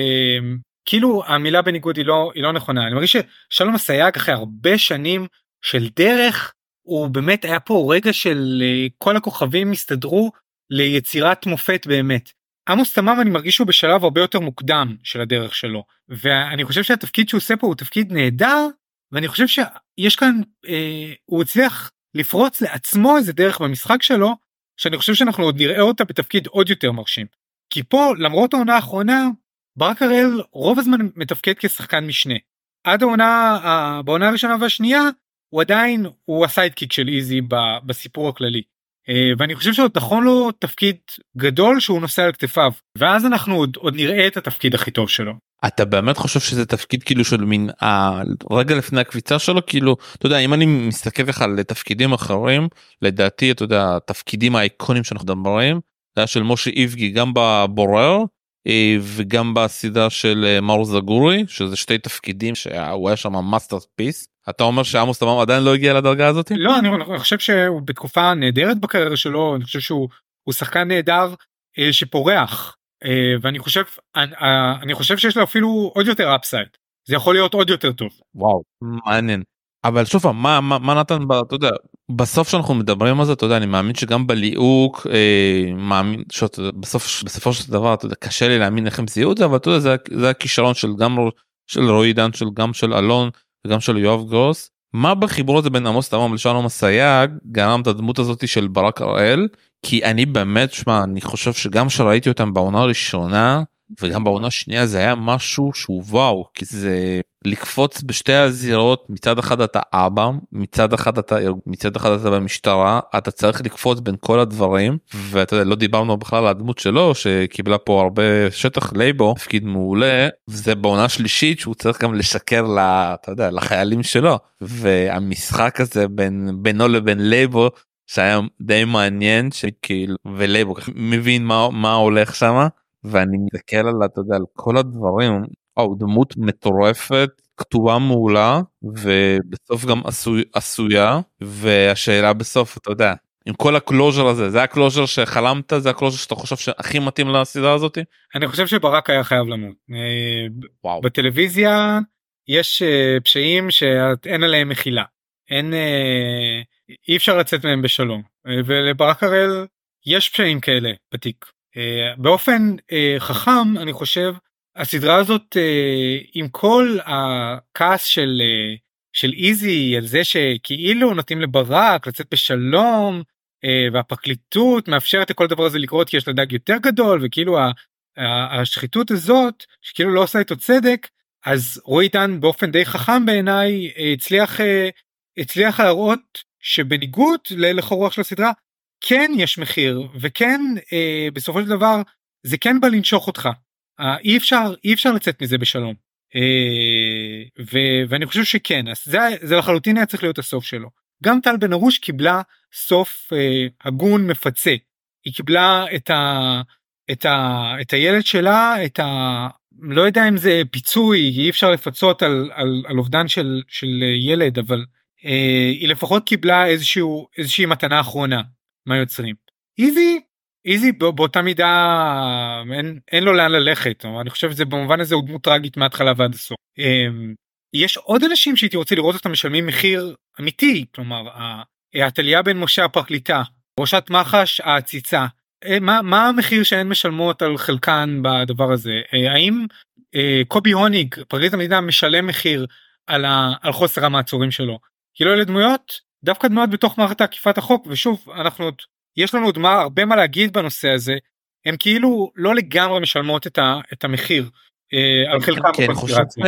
כאילו המילה בניגוד היא לא היא לא נכונה אני מרגיש ששלום אסייג אחרי הרבה שנים של דרך הוא באמת היה פה רגע של כל הכוכבים מסתדרו ליצירת מופת באמת. עמוס תמם אני מרגיש שהוא בשלב הרבה יותר מוקדם של הדרך שלו ואני חושב שהתפקיד שהוא עושה פה הוא תפקיד נהדר ואני חושב שיש כאן אה, הוא הצליח לפרוץ לעצמו איזה דרך במשחק שלו שאני חושב שאנחנו עוד נראה אותה בתפקיד עוד יותר מרשים כי פה למרות העונה האחרונה ברק הראל רוב הזמן מתפקד כשחקן משנה עד העונה בעונה הראשונה והשנייה הוא עדיין הוא הסיידקיק של איזי בסיפור הכללי ואני חושב שעוד נכון לו תפקיד גדול שהוא נושא על כתפיו ואז אנחנו עוד, עוד נראה את התפקיד הכי טוב שלו. אתה באמת חושב שזה תפקיד כאילו של מין הרגע לפני הקביצה שלו כאילו אתה יודע אם אני מסתכל לך על תפקידים אחרים לדעתי אתה יודע התפקידים האיקונים שאנחנו מדברים זה של משה איבגי גם בבורר וגם בסדרה של מאור זגורי שזה שתי תפקידים שהוא היה שם מאסטרפיס. אתה אומר שעמוס תמם עדיין לא הגיע לדרגה הזאת? לא אני חושב שהוא בתקופה נהדרת בקריירה שלו אני חושב שהוא הוא שחקן נהדר שפורח ואני חושב אני, אני חושב שיש לו אפילו עוד יותר אפסייד זה יכול להיות עוד יותר טוב. וואו מעניין אבל שוב מה מה מה נתן אתה יודע בסוף שאנחנו מדברים על זה אתה יודע אני מאמין שגם בליהוק אה, מאמין שבסוף בסופו של דבר אתה יודע קשה לי להאמין איך הם זיהו את זה אבל אתה יודע זה זה הכישרון של גם של רועי דן של גם של אלון וגם של יואב גרוס מה בחיבור הזה בין עמוס תמם לשלום אסייג גרם את הדמות הזאת של ברק הראל כי אני באמת שמה אני חושב שגם שראיתי אותם בעונה הראשונה וגם בעונה השנייה זה היה משהו שהוא וואו כי זה לקפוץ בשתי הזירות מצד אחד אתה אבא מצד אחד אתה מצד אחד אתה במשטרה אתה צריך לקפוץ בין כל הדברים ואתה יודע לא דיברנו בכלל על הדמות שלו שקיבלה פה הרבה שטח לייבו תפקיד מעולה וזה בעונה שלישית שהוא צריך גם לשקר לה, אתה יודע, לחיילים שלו והמשחק הזה בין בינו לבין לייבו שהיה די מעניין שכאילו ולייבו מבין מה מה הולך שמה ואני מסתכל על אתה יודע על כל הדברים או דמות מטורפת כתובה מעולה ובסוף גם עשוי, עשויה והשאלה בסוף אתה יודע עם כל הקלוז'ר הזה, זה הקלוז'ר שחלמת, זה הקלוז'ר שאתה חושב שהכי מתאים לסדרה הזאת? אני חושב שברק היה חייב למות. וואו. בטלוויזיה יש פשעים שאין עליהם מחילה, אין, אי אפשר לצאת מהם בשלום, ולברק הראל יש פשעים כאלה בתיק. באופן חכם אני חושב הסדרה הזאת, עם כל הכעס של של איזי על זה שכאילו נותנים לברק לצאת בשלום, והפרקליטות מאפשרת לכל דבר הזה לקרות כי יש לה דג יותר גדול, וכאילו השחיתות הזאת שכאילו לא עושה איתו צדק, אז רועי דן באופן די חכם בעיניי הצליח הצליח להראות שבניגוד להלך הרוח של הסדרה כן יש מחיר, וכן בסופו של דבר זה כן בא לנשוך אותך, אי אפשר אי אפשר לצאת מזה בשלום, ו- ואני חושב שכן, אז זה, זה לחלוטין היה צריך להיות הסוף שלו. גם טל בן ארוש קיבלה סוף הגון מפצה, היא קיבלה את ה את ה את הילד שלה, את ה לא יודע אם זה פיצוי, אי אפשר לפצות על על על אובדן של של ילד, אבל אה, היא לפחות קיבלה איזשהו איזושהי מתנה אחרונה מהיוצרים. איזי איזי באותה מידה אין אין לו לאן ללכת, אני חושב שזה במובן הזה הוא דמות טרגית מההתחלה ועד הסוף. אה, יש עוד אנשים שהייתי רוצה לראות אותם משלמים מחיר אמיתי, כלומר הטליה בן משה הפרקליטה, ראשת מח"ש העציצה, מה, מה המחיר שהן משלמות על חלקן בדבר הזה? האם קובי הוניג, פרקליט המדינה, משלם מחיר על, ה, על חוסר המעצורים שלו? כי לא אלה דמויות, דווקא דמויות בתוך מערכת עקיפת החוק, ושוב, אנחנו, יש לנו עוד מה, הרבה מה להגיד בנושא הזה, הם כאילו לא לגמרי משלמות את, ה, את המחיר על חלקם בקונספירציה.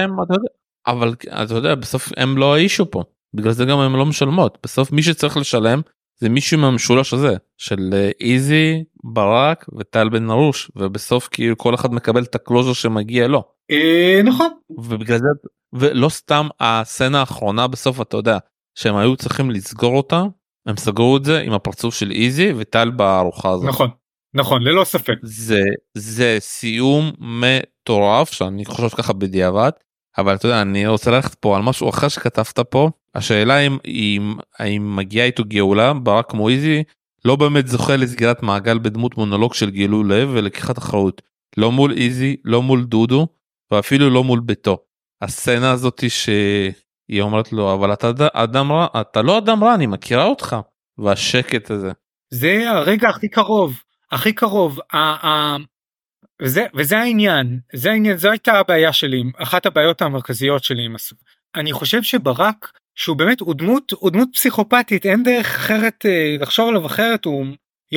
אבל אתה יודע, בסוף הם לא האישו פה, בגלל זה גם הם לא משלמות, בסוף מי שצריך לשלם, זה מישהו מהמשולש הזה של איזי, ברק וטל בן ארוש, ובסוף כאילו כל אחד מקבל את הקלוז'ר שמגיע לו. נכון. ובגלל זה, ולא סתם הסצנה האחרונה בסוף, אתה יודע, שהם היו צריכים לסגור אותה, הם סגרו את זה עם הפרצוף של איזי וטל בארוחה הזאת. נכון, נכון, ללא ספק. זה, זה סיום מטורף, שאני חושב ככה בדיעבד, אבל אתה יודע, אני רוצה ללכת פה על משהו אחר שכתבת פה, השאלה אם, אם, אם מגיעה איתו גאולה, ברק כמו איזי, לא באמת זוכה לסגירת מעגל בדמות מונולוג של גילוי לב ולקיחת אחריות, לא מול איזי, לא מול דודו, ואפילו לא מול ביתו. הסצנה הזאת שהיא אומרת לו, אבל אתה אדם רע, אתה לא אדם רע, אני מכירה אותך, והשקט הזה. זה הרגע הכי קרוב, הכי קרוב, ה- ה- וזה, וזה העניין, זה העניין, זו הייתה הבעיה שלי, אחת הבעיות המרכזיות שלי עם הסוף. אני חושב שברק, שהוא באמת, הוא דמות, הוא דמות פסיכופתית, אין דרך אחרת, לחשוב עליו אחרת, הוא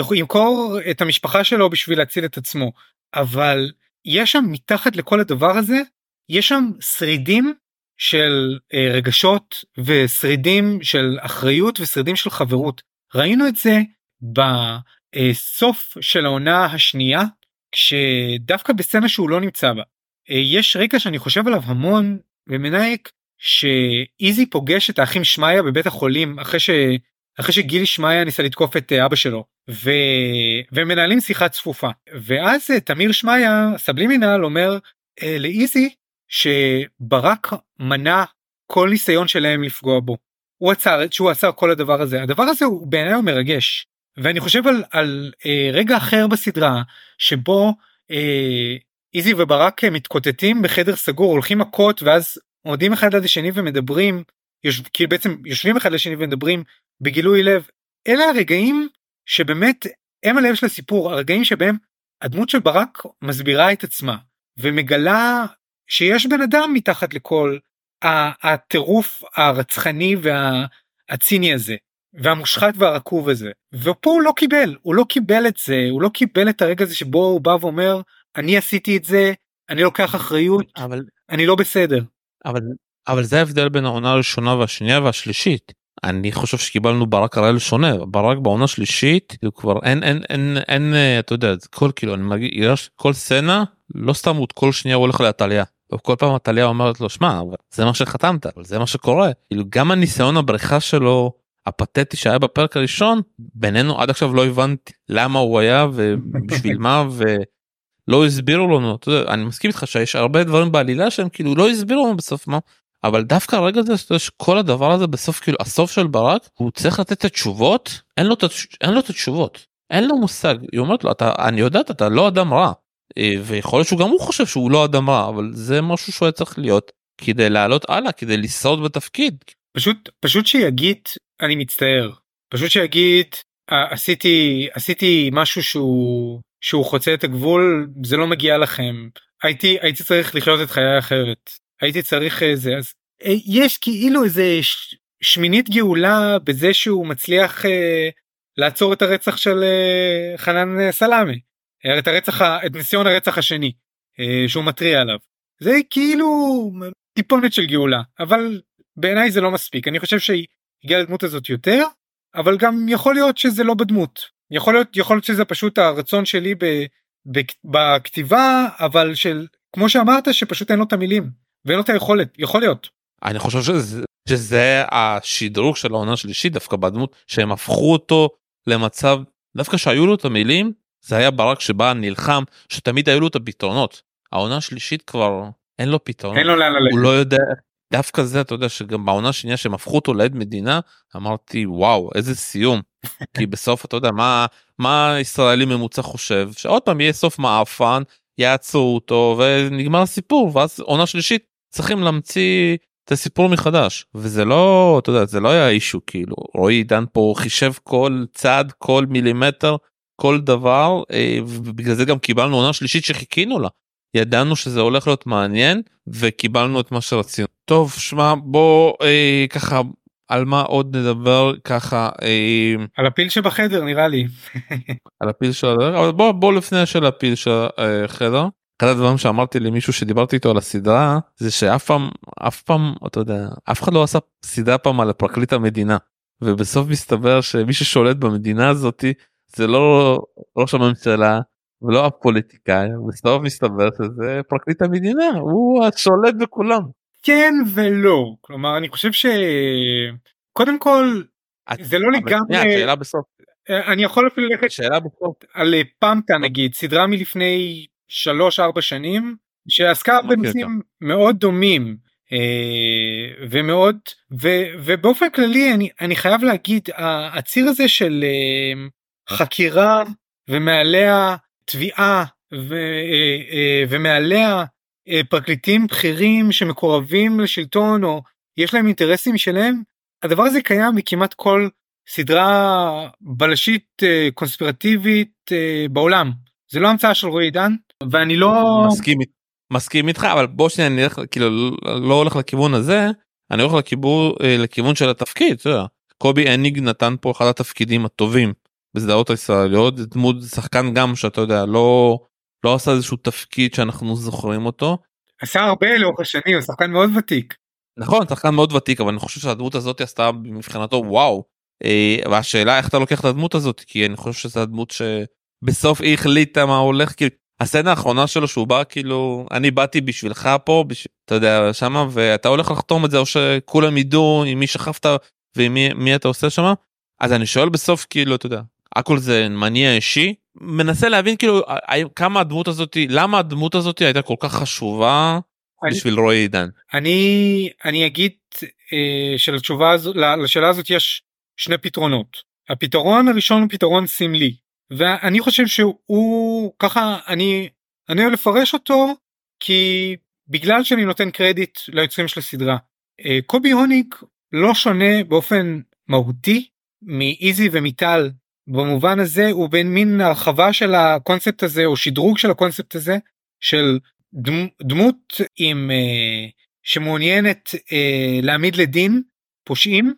ימכור את המשפחה שלו בשביל להציל את עצמו, אבל יש שם מתחת לכל הדבר הזה, יש שם שרידים של רגשות, ושרידים של אחריות, ושרידים של חברות. ראינו את זה בסוף של העונה השנייה, כשדווקא בסצנה שהוא לא נמצא בה, יש רגע שאני חושב עליו המון ומנהיק, שאיזי פוגש את האחים שמיה בבית החולים, אחרי, ש... אחרי שגילי שמיה ניסה לתקוף את אבא שלו, ו... ומנהלים שיחה צפופה, ואז תמיר שמיה, סבלימינל, אומר לאיזי, שברק מנע כל ניסיון שלהם לפגוע בו, הוא עצר, שהוא עצר כל הדבר הזה, הדבר הזה הוא בעיניי הוא מרגש, ואני חושב על, על אה, רגע אחר בסדרה, שבו אה, איזי וברק מתקוטטים בחדר סגור, הולכים מכות, ואז עומדים אחד עד השני ומדברים, יושב, כאילו בעצם יושבים אחד לשני ומדברים בגילוי לב. אלה הרגעים שבאמת הם הלב של הסיפור, הרגעים שבהם הדמות של ברק מסבירה את עצמה, ומגלה שיש בן אדם מתחת לכל הטירוף הרצחני והציני הזה, והמושחת והרקוב הזה. ופה הוא לא קיבל, הוא לא קיבל את זה, הוא לא קיבל את הרגע הזה שבו הוא בא ואומר, אני עשיתי את זה, אני לוקח אחריות, אבל אני לא בסדר. אבל, אבל זה ההבדל בין העונה הראשונה והשנייה והשלישית. אני חושב שקיבלנו ברק הראל שונה, ברק בעונה השלישית, הוא כבר אין, אין, אין, אין, אתה יודע, כל כאילו, אני מגיע, כל סצנה, לא סתם הוא כל שנייה הוא הולך לעתליה. וכל פעם עתליה אומרת לו, שמע, זה מה שחתמת, אבל זה מה שקורה. כאילו, גם הניסיון הבריחה שלו, הפתטי שהיה בפרק הראשון, בינינו עד עכשיו לא הבנתי למה הוא היה ובשביל מה, ולא הסבירו לנו. אתה יודע, אני מסכים איתך שיש הרבה דברים בעלילה שהם כאילו לא הסבירו לנו בסוף מה, אבל דווקא הרגע הזה שכל הדבר הזה בסוף כאילו הסוף של ברק הוא צריך לתת את התשובות, אין לו את, אין לו את התשובות, אין לו מושג. היא אומרת לו אתה, אני יודעת אתה לא אדם רע, ויכול להיות שהוא גם הוא חושב שהוא לא אדם רע, אבל זה משהו שהוא צריך להיות כדי לעלות הלאה, כדי לשרוד בתפקיד. פשוט פשוט שיגיד אני מצטער, פשוט שיגיד עשיתי עשיתי משהו שהוא שהוא חוצה את הגבול, זה לא מגיע לכם, הייתי הייתי צריך לחיות את חיי אחרת, הייתי צריך זה. אז יש כאילו איזה ש, שמינית גאולה בזה שהוא מצליח אה, לעצור את הרצח של אה, חנן סלאמי, את הרצח את ניסיון הרצח השני אה, שהוא מטריע עליו. זה כאילו טיפונת של גאולה, אבל בעיניי זה לא מספיק. אני חושב שהיא הגיעה לדמות הזאת יותר, אבל גם יכול להיות שזה לא בדמות, יכול להיות יכול להיות שזה פשוט הרצון שלי ב, ב, בכתיבה, אבל של כמו שאמרת שפשוט אין לו את המילים ואין לו את היכולת. יכול להיות. אני חושב שזה, שזה השדרוג של העונה השלישית דווקא בדמות, שהם הפכו אותו למצב דווקא שהיו לו את המילים, זה היה ברק שבא נלחם שתמיד היו לו את הפתרונות. העונה השלישית כבר אין לו פתרונות, אין לו לאן ללכת. הוא לא יודע. דווקא זה אתה יודע שגם בעונה השנייה שהם הפכו אותו לעד מדינה, אמרתי וואו איזה סיום. כי בסוף אתה יודע מה מה ישראלי ממוצע חושב, שעוד פעם יהיה סוף מעפן, יעצרו אותו ונגמר הסיפור, ואז עונה שלישית צריכים להמציא את הסיפור מחדש, וזה לא אתה יודע זה לא היה אישו, כאילו רועי עידן פה חישב כל צעד, כל מילימטר, כל דבר, ובגלל זה גם קיבלנו עונה שלישית שחיכינו לה, ידענו שזה הולך להיות מעניין וקיבלנו את מה שרצינו. טוב שמע בוא אה, ככה על מה עוד נדבר ככה אה, על הפיל שבחדר נראה לי. על הפיל של החדר, אבל בוא בוא לפני של הפיל של החדר. אחד הדברים שאמרתי למישהו שדיברתי איתו על הסדרה זה שאף פעם אף פעם אתה יודע אף אחד לא עשה סדרה פעם על פרקליט המדינה, ובסוף מסתבר שמי ששולט במדינה הזאתי זה לא ראש הממשלה ולא הפוליטיקאי, בסוף מסתבר שזה פרקליט המדינה, הוא השולט בכולם. כן ולא, כלומר אני חושב שקודם כל זה לא לגמרי, השאלה בסוף, אני יכול אפילו ללכת שאלה בסוף על פמטה נגיד, סדרה מלפני שלוש ארבע שנים שעסקה בנושאים מאוד דומים ומאוד ובאופן כללי אני אני חייב להגיד הציר הזה של חקירה ומעליה תביעה ומעליה פרקליטים בכירים שמקורבים לשלטון או יש להם אינטרסים שלהם, הדבר הזה קיים מכמעט כל סדרה בלשית קונספירטיבית בעולם. זה לא המצאה של רועי עידן ואני לא מסכים מסכים איתך, אבל בוא שניה נלך כאילו לא הולך לכיוון הזה, אני הולך לכיוון לכיוון של התפקיד. קובי אניג נתן פה אחד התפקידים הטובים בסדרות הישראליות, דמות שחקן גם שאתה יודע לא לא עשה איזשהו תפקיד שאנחנו זוכרים אותו, עשה הרבה לאורך השנים, הוא שחקן מאוד ותיק. נכון, שחקן מאוד ותיק, אבל אני חושב שהדמות הזאת עשתה מבחינתו וואו, והשאלה איך אתה לוקח את הדמות הזאת, כי אני חושב שזו הדמות שבסוף היא החליטה מה הולך, כאילו הסצנה האחרונה שלו שהוא בא כאילו אני באתי בשבילך פה בשביל, אתה יודע שמה, ואתה הולך לחתום את זה או שכולם ידעו עם מי שכבת ומי מי אתה עושה שמה. אז אני שואל בסוף כאילו אתה יודע הכל זה מניע אישי, מנסה להבין כאילו כמה הדמות הזאת, למה הדמות הזאת הייתה כל כך חשובה אני, בשביל רועי עידן. אני אני אגיד אה, שלתשובה הזו, לשאלה הזאת יש שני פתרונות. הפתרון הראשון הוא פתרון סמלי, ואני חושב שהוא ככה אני אני אוהב לפרש אותו, כי בגלל שאני נותן קרדיט ליוצרים של הסדרה, אה, קובי הוניג לא שונה באופן מהותי מאיזי ומיטל, במובן הזה הוא בין מין הרחבה של הקונספט הזה או שדרוג של הקונספט הזה של דמ, דמות עם אה, שמעוניינת אה, להעמיד לדין פושעים,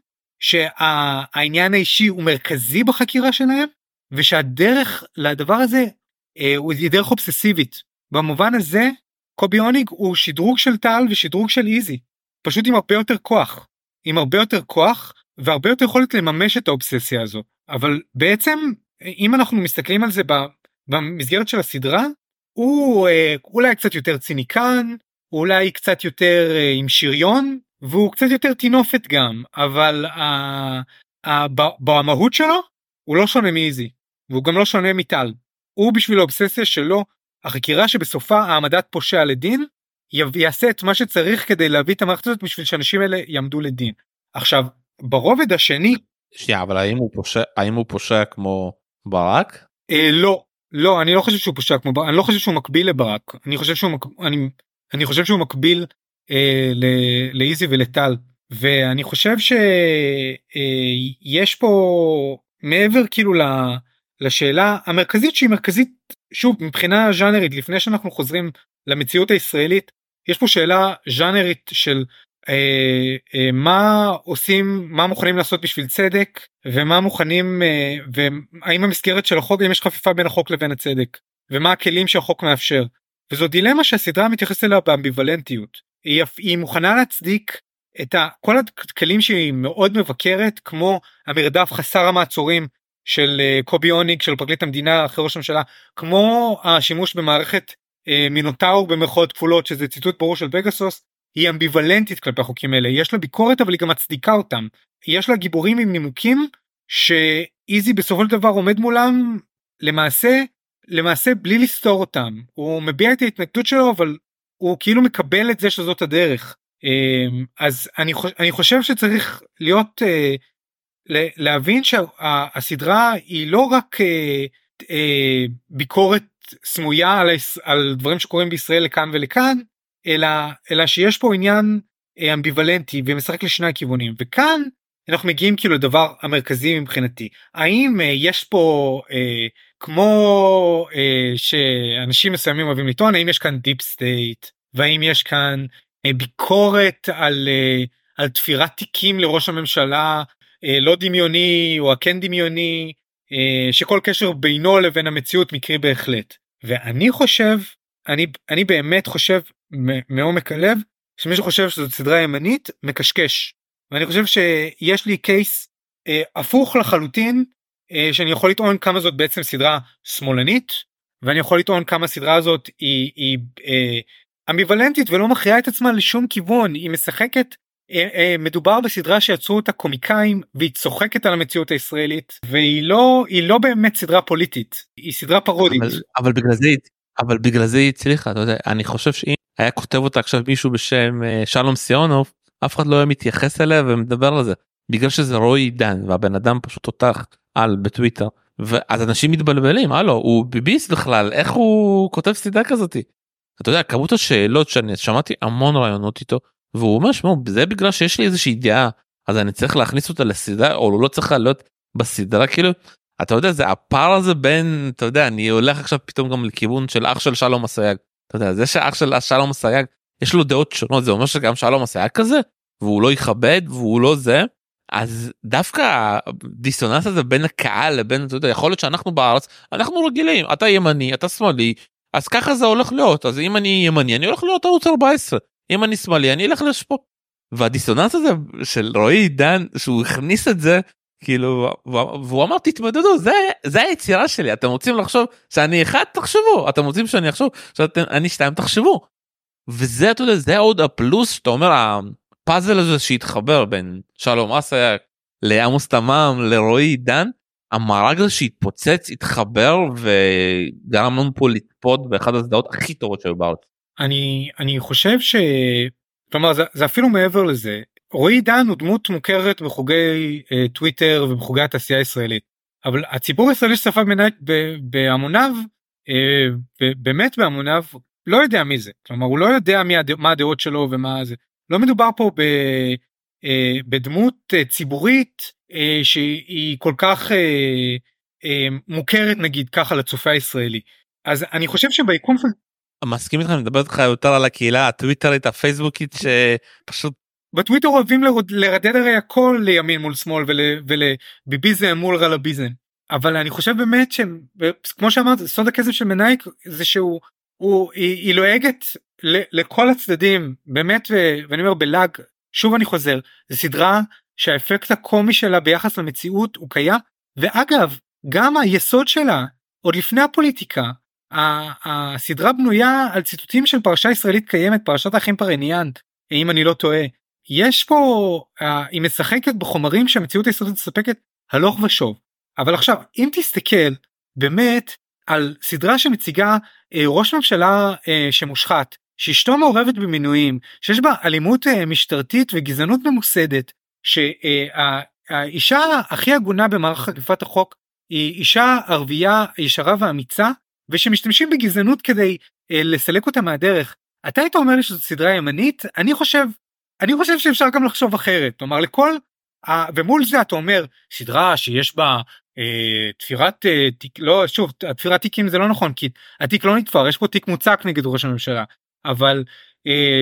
שהעניין האישי הוא מרכזי בחקירה שלהם, ושהדרך לדבר הזה אה, הוא דרך אובססיבית. במובן הזה קובי הוניג הוא שדרוג של טל ושדרוג של איזי, פשוט עם הרבה יותר כוח, עם הרבה יותר כוח והרבה יותר יכולת לממש את האובססיה הזו. אבל בעצם אם אנחנו מסתכלים על זה במסגרת של הסדרה, הוא אה, אולי קצת יותר ציניקן, אולי קצת יותר אה, עם שריון, והוא קצת יותר תינופת גם, אבל אה, אה, במהות שלו הוא לא שונה מאיזי, והוא גם לא שונה מטל. הוא בשביל האובססיה שלו, החקירה שבסופה העמדת פושע לדין, יעשה את מה שצריך כדי להביא את המערכת הזאת בשביל שאנשים האלה יעמדו לדין. עכשיו, ברובד השני... שנייה, אבל האם הוא פושע, האם הוא פושע כמו ברק? אה, לא, לא, אני לא חושב שהוא פושע כמו ברק, אני לא חושב שהוא מקביל לברק, אני חושב שהוא, מק... אני, אני חושב שהוא מקביל אה, ל... לאיזי ולטל, ואני חושב שיש אה, פה מעבר כאילו ל... לשאלה המרכזית שהיא מרכזית, שוב, מבחינה ז'אנרית, לפני שאנחנו חוזרים למציאות הישראלית, יש פה שאלה ז'אנרית של אה, אה, מה עושים, מה מוכנים לעשות בשביל צדק, ומה מוכנים, אה, והאם המסגרת של החוק, אם יש חפיפה בין החוק לבין הצדק, ומה הכלים שהחוק מאפשר. וזו דילמה שהסדרה מתייחסת אליה באמביוולנטיות. היא, היא מוכנה להצדיק את ה, כל הכלים שהיא מאוד מבקרת, כמו המרדף חסר המעצורים, של קובי אוניג, של פרקליט המדינה אחרי ראש הממשלה, כמו השימוש במערכת אה, מינוטאור במרכאות כפולות, שזה ציטוט ברור של פגסוס, היא אמביוולנטית כלפי החוקים האלה, יש לה ביקורת אבל היא גם מצדיקה אותם, יש לה גיבורים עם נימוקים, שאיזי בסופו של דבר עומד מולם, למעשה, למעשה בלי לסתור אותם, הוא מביע את ההתנגדות שלו, אבל הוא כאילו מקבל את זה שזאת הדרך, אה, אז אני, אני חושב שצריך להיות... אה, להבין שהסדרה היא לא רק אה, אה, ביקורת סמויה על, על דברים שקורים בישראל לכאן ולכאן, אלא, אלא שיש פה עניין אה, אמביוולנטי ומשחק לשני הכיוונים, וכאן אנחנו מגיעים כאילו לדבר המרכזי מבחינתי, האם אה, יש פה אה, כמו אה, שאנשים מסוימים אוהבים לטעון, האם יש כאן דיפ סטייט, והאם יש כאן אה, ביקורת על, אה, על תפירת תיקים לראש הממשלה, לא דמיוני או הכן דמיוני, שכל קשר בינו לבין המציאות מקרי בהחלט. ואני חושב, אני, אני באמת חושב מעומק הלב, שמי שחושב שזאת סדרה ימנית, מקשקש. ואני חושב שיש לי קייס אה, הפוך לחלוטין, אה, שאני יכול לטעון כמה זאת בעצם סדרה שמאלנית, ואני יכול לטעון כמה הסדרה הזאת היא, היא אה, אמביוולנטית ולא מכריעה את עצמה לשום כיוון, היא משחקת, מדובר בסדרה שיצרו אותה קומיקאים והיא צוחקת על המציאות הישראלית והיא לא היא לא באמת סדרה פוליטית, היא סדרה פרודית. אבל, אבל בגלל זה אבל בגלל זה היא הצליחה, אתה יודע, אני חושב שאם היה כותב אותה עכשיו מישהו בשם שלום סיונוב, אף אחד לא היה מתייחס אליה ומדבר על זה, בגלל שזה רועי עידן והבן אדם פשוט תותח על בטוויטר, ואז אנשים מתבלבלים, הלו הוא ביביסט בכלל, איך הוא כותב סדרה כזאתי? אתה יודע, כמות השאלות שאני שמעתי המון רעיונות איתו, והוא אומר שמעו, זה בגלל שיש לי איזושהי דעה, אז אני צריך להכניס אותה לסדרה, או הוא לא צריך להיות בסדרה, כאילו, אתה יודע, זה הפער הזה בין, אתה יודע, אני הולך עכשיו פתאום גם לכיוון של אח של שלום אסייג, אתה יודע, זה שאח של שלום אסייג, יש לו דעות שונות, זה אומר שגם שלום אסייג כזה, והוא לא יכבד, והוא לא זה, אז דווקא הדיסוננס הזה בין הקהל לבין, אתה יודע, יכול להיות שאנחנו בארץ, אנחנו רגילים, אתה ימני, אתה שמאלי, אז ככה זה הולך להיות, אז אם אני ימני, אני הולך להיות ערוץ ארבע עשרה, אם אני שמאלי אני אלך לשפוט. והדיסוננס הזה של רועי עידן שהוא הכניס את זה כאילו, והוא אמר תתמודדו, זה זה היצירה שלי, אתם רוצים לחשוב שאני אחד, תחשבו, אתם רוצים שאני אחשוב שאני שתיים, תחשבו. וזה, אתה יודע, זה עוד הפלוס שאתה אומר, הפאזל הזה שהתחבר בין שלום אסייג לעמוס תמם לרועי עידן, המארג הזה שהתפוצץ, התחבר וגרם לנו פה לצפות באחד הסדרות הכי טובות של בארץ. אני אני חושב ש... כלומר זה, זה אפילו מעבר לזה, רועי עידן הוא דמות מוכרת בחוגי אה, טוויטר ובחוגי התעשייה הישראלית, אבל הציבור הישראלי שצפה מנהיג בהמוניו, אה, באמת בהמוניו, לא יודע מי זה, כלומר הוא לא יודע מי הד... מה הדעות שלו ומה זה, לא מדובר פה ב... אה, בדמות אה, ציבורית אה, שהיא כל כך אה, אה, מוכרת נגיד ככה לצופה הישראלי, אז אני חושב שביקום של... מסכים איתך, אני מדבר איתך יותר על הקהילה הטוויטרית הפייסבוקית שפשוט בטוויטר אוהבים לרדד הרי הכל לימין מול שמאל ולביביזם מול רלביזם, אבל אני חושב באמת שכמו שאמרת, סוד הכסף של מנהיג זה שהוא הוא, היא, היא לועגת לכל הצדדים באמת, ואני אומר בלאג, שוב אני חוזר, זה סדרה שהאפקט הקומי שלה ביחס למציאות הוא קיים, ואגב גם היסוד שלה עוד לפני הפוליטיקה, הסדרה בנויה על ציטוטים של פרשה ישראלית קיימת, פרשת האחים פרניאן, אם אני לא טועה. יש פה, היא משחקת בחומרים שהמציאות הישראלית מספקת הלוך ושוב. אבל עכשיו, אם תסתכל באמת על סדרה שמציגה ראש ממשלה שמושחת, שאשתו מעורבת במינויים, שיש בה אלימות משטרתית וגזענות ממוסדת, שהאישה הכי הגונה במערך אכיפת החוק היא אישה ערבייה ישרה ואמיצה, ושמשתמשים בגזענות כדי לסלק אותה מהדרך. אתה היית אומר לי שזו סדרה ימנית? אני חושב, אני חושב שאפשר גם לחשוב אחרת. כלומר, לכל, ומול זה אתה אומר, סדרה שיש בה אה, תפירת אה, תיק, לא, שוב, תפירת תיקים זה לא נכון, כי התיק לא נתפר, יש פה תיק מוצק נגד ראש הממשלה, אבל אה,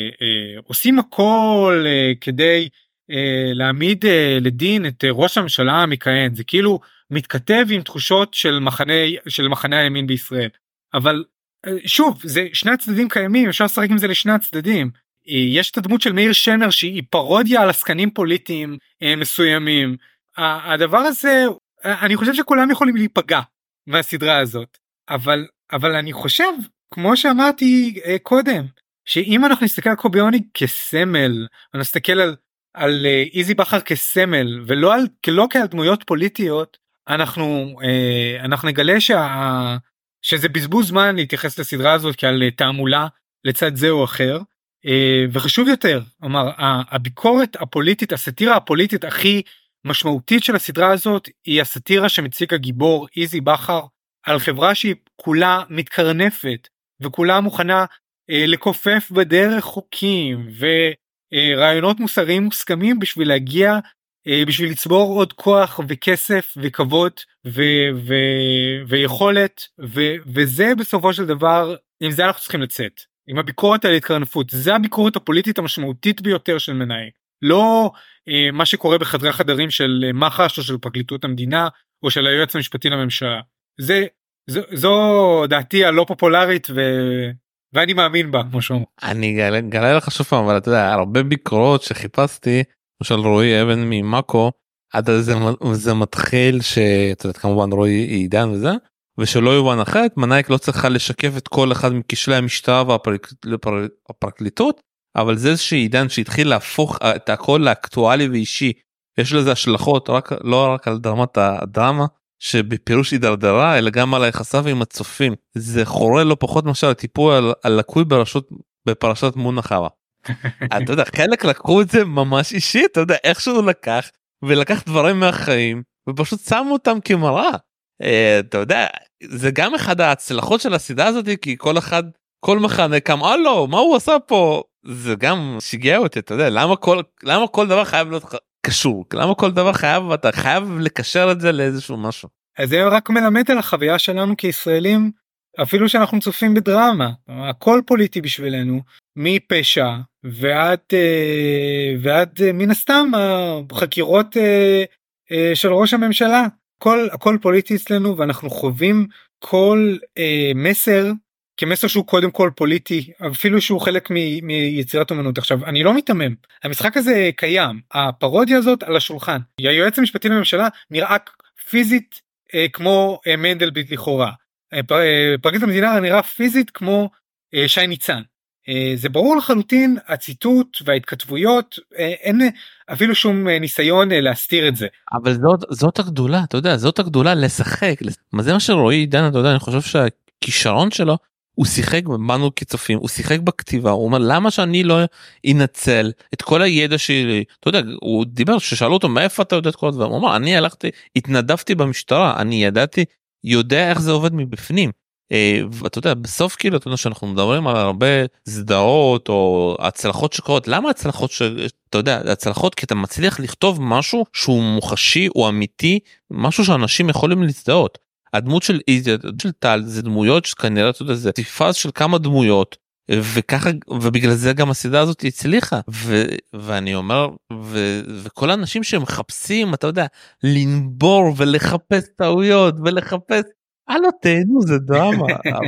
שעושים אה, הכל אה, כדי אה, להעמיד אה, לדין את אה, ראש הממשלה המכהן, זה כאילו מתכתב עם תחושות של מחנה, של מחנה הימין בישראל. אבל שוב, זה שני הצדדים קיימים, אפשר לשחק עם זה לשני הצדדים. יש את הדמות של מאיר שמר שהיא פרודיה על עסקנים פוליטיים מסוימים. הדבר הזה, אני חושב שכולם יכולים להיפגע מהסדרה הזאת, אבל, אבל אני חושב, כמו שאמרתי קודם, שאם אנחנו נסתכל על קובי אוני כסמל, נסתכל על, על איזי בחר כסמל, ולא על, לא כעל דמויות פוליטיות, אנחנו, אנחנו נגלה שה... שזה בזבוז זמן להתייחס לסדרה הזאת כעל תעמולה לצד זה או אחר, וחשוב יותר, אמר, הביקורת הפוליטית, הסאטירה הפוליטית הכי משמעותית של הסדרה הזאת, היא הסאטירה שמציג הגיבור איזי בחר, על חברה שהיא כולה מתקרנפת, וכולה מוכנה לכופף בדרך חוקים, ורעיונות מוסריים מוסכמים בשביל להגיע, בשביל לצבור עוד כוח וכסף וכבוד ו- ו- ויכולת, ו- וזה בסופו של דבר, עם זה אנחנו צריכים לצאת, עם הביקורת על התקרנפות. זה הביקורת הפוליטית המשמעותית ביותר של מנאייק, לא אה, מה שקורה בחדרי חדרים של מח"ש או של פרקליטות המדינה או של היועץ המשפטי לממשלה. זה, זו, זו דעתי הלא פופולרית ו... ואני מאמין בה, כמו שאומר. אני גלה לך שוב פעם, אבל אתה יודע, הרבה ביקורות שחיפשתי, למשל רועי אבן ממאקו, עד זה, זה מתחיל שאתה יודע, כמובן רועי עידן וזה, ושלא יובן אחרת, מנאייק לא צריכה לשקף את כל אחד מכשלי המשטרה והפרקליטות, אבל זה שעידן שהתחיל להפוך את הכל לאקטואלי ואישי, יש לזה השלכות רק, לא רק על דרמת הדרמה, שבפירוש הידרדרה, אלא גם על היחסיו עם הצופים. זה חורה לא פחות משל הטיפול על, על לקוי ברשות, בפרשת מונה חווה. אתה יודע, חלק לקחו את זה ממש אישי, אתה יודע, איכשהו לקח, ולקח דברים מהחיים, ופשוט שמו אותם כמראה. אתה יודע, זה גם אחד ההצלחות של הסדרה הזאת, כי כל אחד, כל מחנה קם, הלו, מה הוא עשה פה? זה גם שיגע אותי, אתה יודע, למה כל, למה כל דבר חייב להיות קשור? למה כל דבר חייב, אתה חייב לקשר את זה לאיזשהו משהו? אז זה רק מלמד על החוויה שלנו כישראלים, אפילו שאנחנו צופים בדרמה, הכל פוליטי בשבילנו, מפשע ועד, ועד מן הסתם החקירות של ראש הממשלה, הכל, הכל פוליטי אצלנו, ואנחנו חווים כל מסר כמסר שהוא קודם כל פוליטי, אפילו שהוא חלק מ- מיצירת אומנות. עכשיו, אני לא מתמם, המשחק הזה קיים, הפרודיה הזאת על השולחן, היועץ המשפטי לממשלה נראה פיזית אה, כמו אה, מנדלבליט לכאורה, אה, אה, פרקליט המדינה נראה פיזית כמו אה, שי ניצן, אה, זה ברור לחלוטין, הציטוט וההתכתבויות, אה, אין אפילו שום אה, ניסיון אה, להסתיר את זה. אבל זאת, זאת הגדולה, אתה יודע, זאת הגדולה לשחק, מה זה מה שרועי עידן, אתה יודע, אני חושב שהכישרון שלו, הוא שיחק בנו כצופים, הוא שיחק בכתיבה, הוא אומר למה שאני לא אנצל את כל הידע שלי, אתה יודע, הוא דיבר, ששאלו אותו מאיפה אתה יודע את כל הדבר, הוא אמר אני הלכתי, התנדבתי במשטרה, אני ידעתי, יודע איך זה עובד מבפנים, ואתה יודע, בסוף כאילו, אתה יודע שאנחנו מדברים על הרבה סדרות או הצלחות שקורות, למה הצלחות שאתה יודע, הצלחות כי אתה מצליח לכתוב משהו שהוא מוחשי, הוא אמיתי, משהו שאנשים יכולים להזדהות. הדמות של איזי, של טל, זה דמויות שכנראה, אתה יודע, זה טיפס של כמה דמויות, וככה, ובגלל זה גם הסדרה הזאת הצליחה, ו, ואני אומר, ו, וכל האנשים שמחפשים, אתה יודע, לנבור ולחפש טעויות, ולחפש, הלו תהנו, זה דרמה.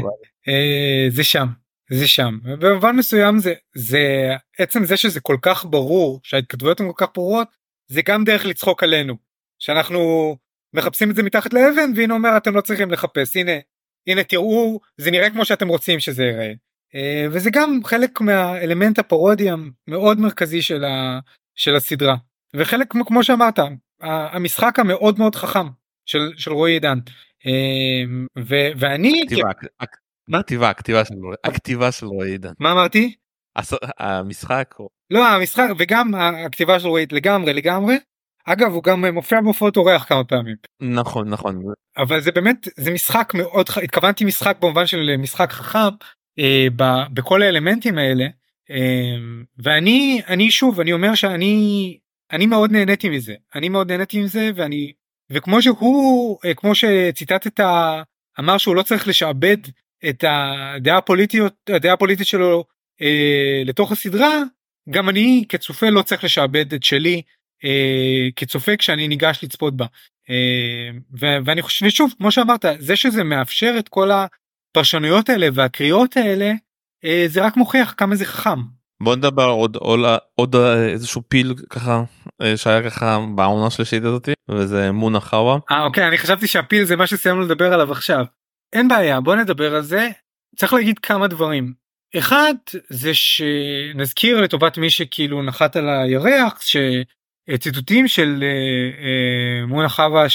זה שם, זה שם, במובן מסוים זה, זה, עצם זה שזה כל כך ברור, שההתכתבויות הן כל כך ברורות, זה גם דרך לצחוק עלינו, שאנחנו מחפשים את זה מתחת לאבן, והנה אומר אתם לא צריכים לחפש, הנה, הנה תראו, זה נראה כמו שאתם רוצים שזה יראה, וזה גם חלק מהאלמנט הפרודי המאוד מרכזי של, ה, של הסדרה, וחלק כמו, כמו שאמרת, המשחק המאוד מאוד חכם של, של רועי עידן, ו, ואני... הכתיבה, מה? הכתיבה, הכתיבה של רועי, הכתיבה של רועי עידן. מה אמרתי? המשחק. לא, המשחק וגם הכתיבה של רועי לגמרי לגמרי. אגב, הוא גם מופיע בהופעות אורח כמה פעמים. נכון, נכון. אבל זה באמת, זה משחק מאוד, התכוונתי משחק במובן של משחק חכם, אה, ב, בכל האלמנטים האלה, אה, ואני, אני שוב, אני אומר שאני, אני מאוד נהניתי מזה, אני מאוד נהניתי מזה, ואני, וכמו שהוא, אה, כמו שציטטת, אמר שהוא לא צריך לשעבד את הדעה הפוליטיות, הדעה הפוליטית שלו, אה, לתוך הסדרה, גם אני כצופה לא צריך לשעבד את שלי, אה, כצופה כשאני ניגש לצפות בה. ו- ואני חושב שוב כמו שאמרת, זה שזה מאפשר את כל הפרשנויות האלה והקריאות האלה, זה רק מוכיח כמה זה חכם. בוא נדבר עוד עוד איזשהו פיל ככה שהיה ככה בעונה השלישית הזאת, וזה מונה חווה. אה אוקיי, אני חשבתי שהפיל זה מה שסיימנו לדבר עליו עכשיו. אין בעיה, בוא נדבר על זה. צריך להגיד כמה דברים. אחד זה שנזכיר לטובת מי שכאילו נחת על הירח, ש ציטוטים של מונה חווה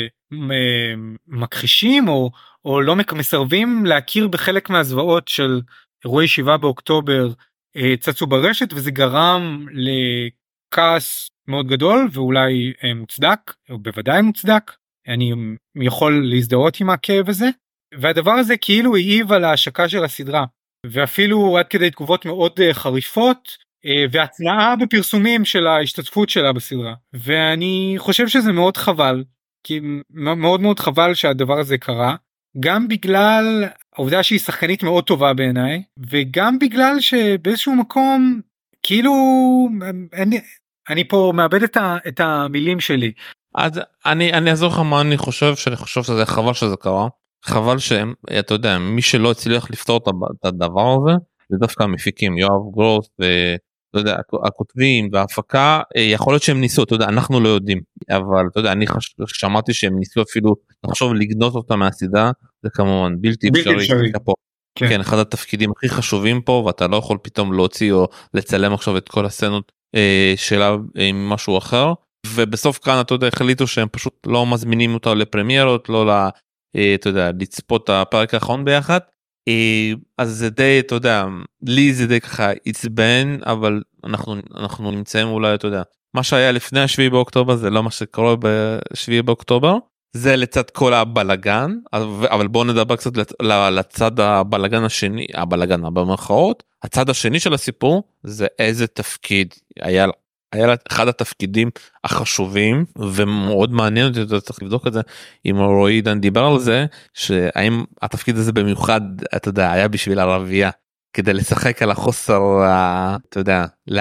שמכחישים או או לא מסרבים להכיר בחלק מהזוועות של אירועי שבעה באוקטובר צצו ברשת, וזה גרם לכעס מאוד גדול ואולי מוצדק, או בוודאי מוצדק. אני יכול להזדהות עם הכאב הזה, והדבר הזה כאילו העיב על ההשקה של הסדרה, ואפילו עד כדי תגובות מאוד חריפות והצנעה בפרסומים של ההשתתפות שלה בסדרה, ואני חושב שזה מאוד חבל, כי מאוד מאוד חבל שהדבר הזה קרה, גם בגלל העובדה שהיא שחקנית מאוד טובה בעיניי, וגם בגלל שבאיזשהו מקום כאילו אני, אני פה מאבד את, ה, את המילים שלי. אז אני אני אעזור לך מה אני חושב, שאני חושב שזה חבל שזה קרה, חבל שהם, אתה יודע, מי שלא הצליח לפתור את הדבר הזה זה דווקא המפיקים, יואב גרוס ו... אתה יודע, הכותבים וההפקה, יכול להיות שהם ניסו, אתה יודע, אנחנו לא יודעים, אבל אתה יודע, אני שמעתי שהם ניסו אפילו לחשוב לגנות אותה מהסדרה, זה כמובן בלתי אפשרי, כן. כן, אחד התפקידים הכי חשובים פה, ואתה לא יכול פתאום להוציא או לצלם עכשיו את כל הסצנות אה, שלה עם משהו אחר, ובסוף כאן אתה יודע, החליטו שהם פשוט לא מזמינים אותה לפרמיירות, לא לה, אה, אתה יודע, לצפות הפרק האחרון ביחד, אז זה די, אתה יודע, לי זה די ככה עצבן, אבל אנחנו אנחנו נמצאים אולי, אתה יודע, מה שהיה לפני השביעי באוקטובר זה לא מה שקורה בשביעי באוקטובר, זה לצד כל הבלגן, אבל בואו נדבר קצת לצד הבלגן השני, הבלגן במרכאות, הצד השני של הסיפור זה איזה תפקיד היה היה אחד התפקידים החשובים, ומאוד מעניין אותי, אתה צריך לבדוק את זה, אם רועי עידן דיבר על זה, שהאם התפקיד הזה במיוחד, אתה יודע, היה בשביל ערבייה, כדי לשחק על החוסר, אתה יודע,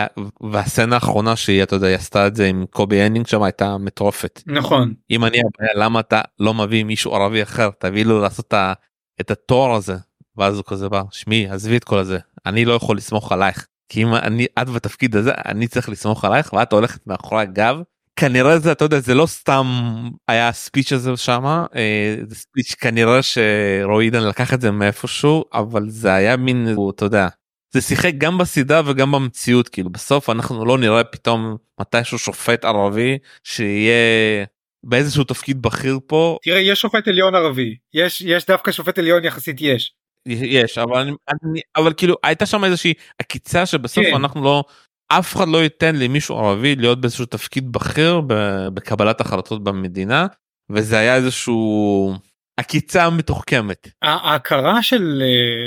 והסצנה האחרונה שהיא, אתה יודע, היא עשתה את זה עם קובי הנינג שם, הייתה מטורפת. נכון. אם אני הבעיה, למה אתה לא מביא מישהו ערבי אחר, תביא לו לעשות את התואר הזה, ואז הוא כזה בא, שמי, עזבי את כל הזה, אני לא יכול לסמוך עלייך. כי אם אני, את בתפקיד הזה, אני צריך לסמוך עלייך, ואת הולכת מאחורי הגב, כנראה זה, אתה יודע, זה לא סתם היה הספיץ' הזה שמה, אה, זה ספיץ' כנראה שרועי עידן לקח את זה מאיפשהו, אבל זה היה מין, אתה יודע, זה שיחק גם בסדרה וגם במציאות, כאילו בסוף אנחנו לא נראה פתאום מתישהו שופט ערבי, שיהיה באיזשהו תפקיד בכיר פה. תראה, יש שופט עליון ערבי, יש, יש דווקא שופט עליון יחסית יש. יש, אבל אני, אני, אבל כאילו הייתה שם איזושהי עקיצה שבסוף כן. אנחנו לא, אף אחד לא ייתן למישהו ערבי להיות באיזשהו תפקיד בכיר בקבלת החלטות במדינה, וזה היה איזשהו עקיצה מתוחכמת. ההכרה של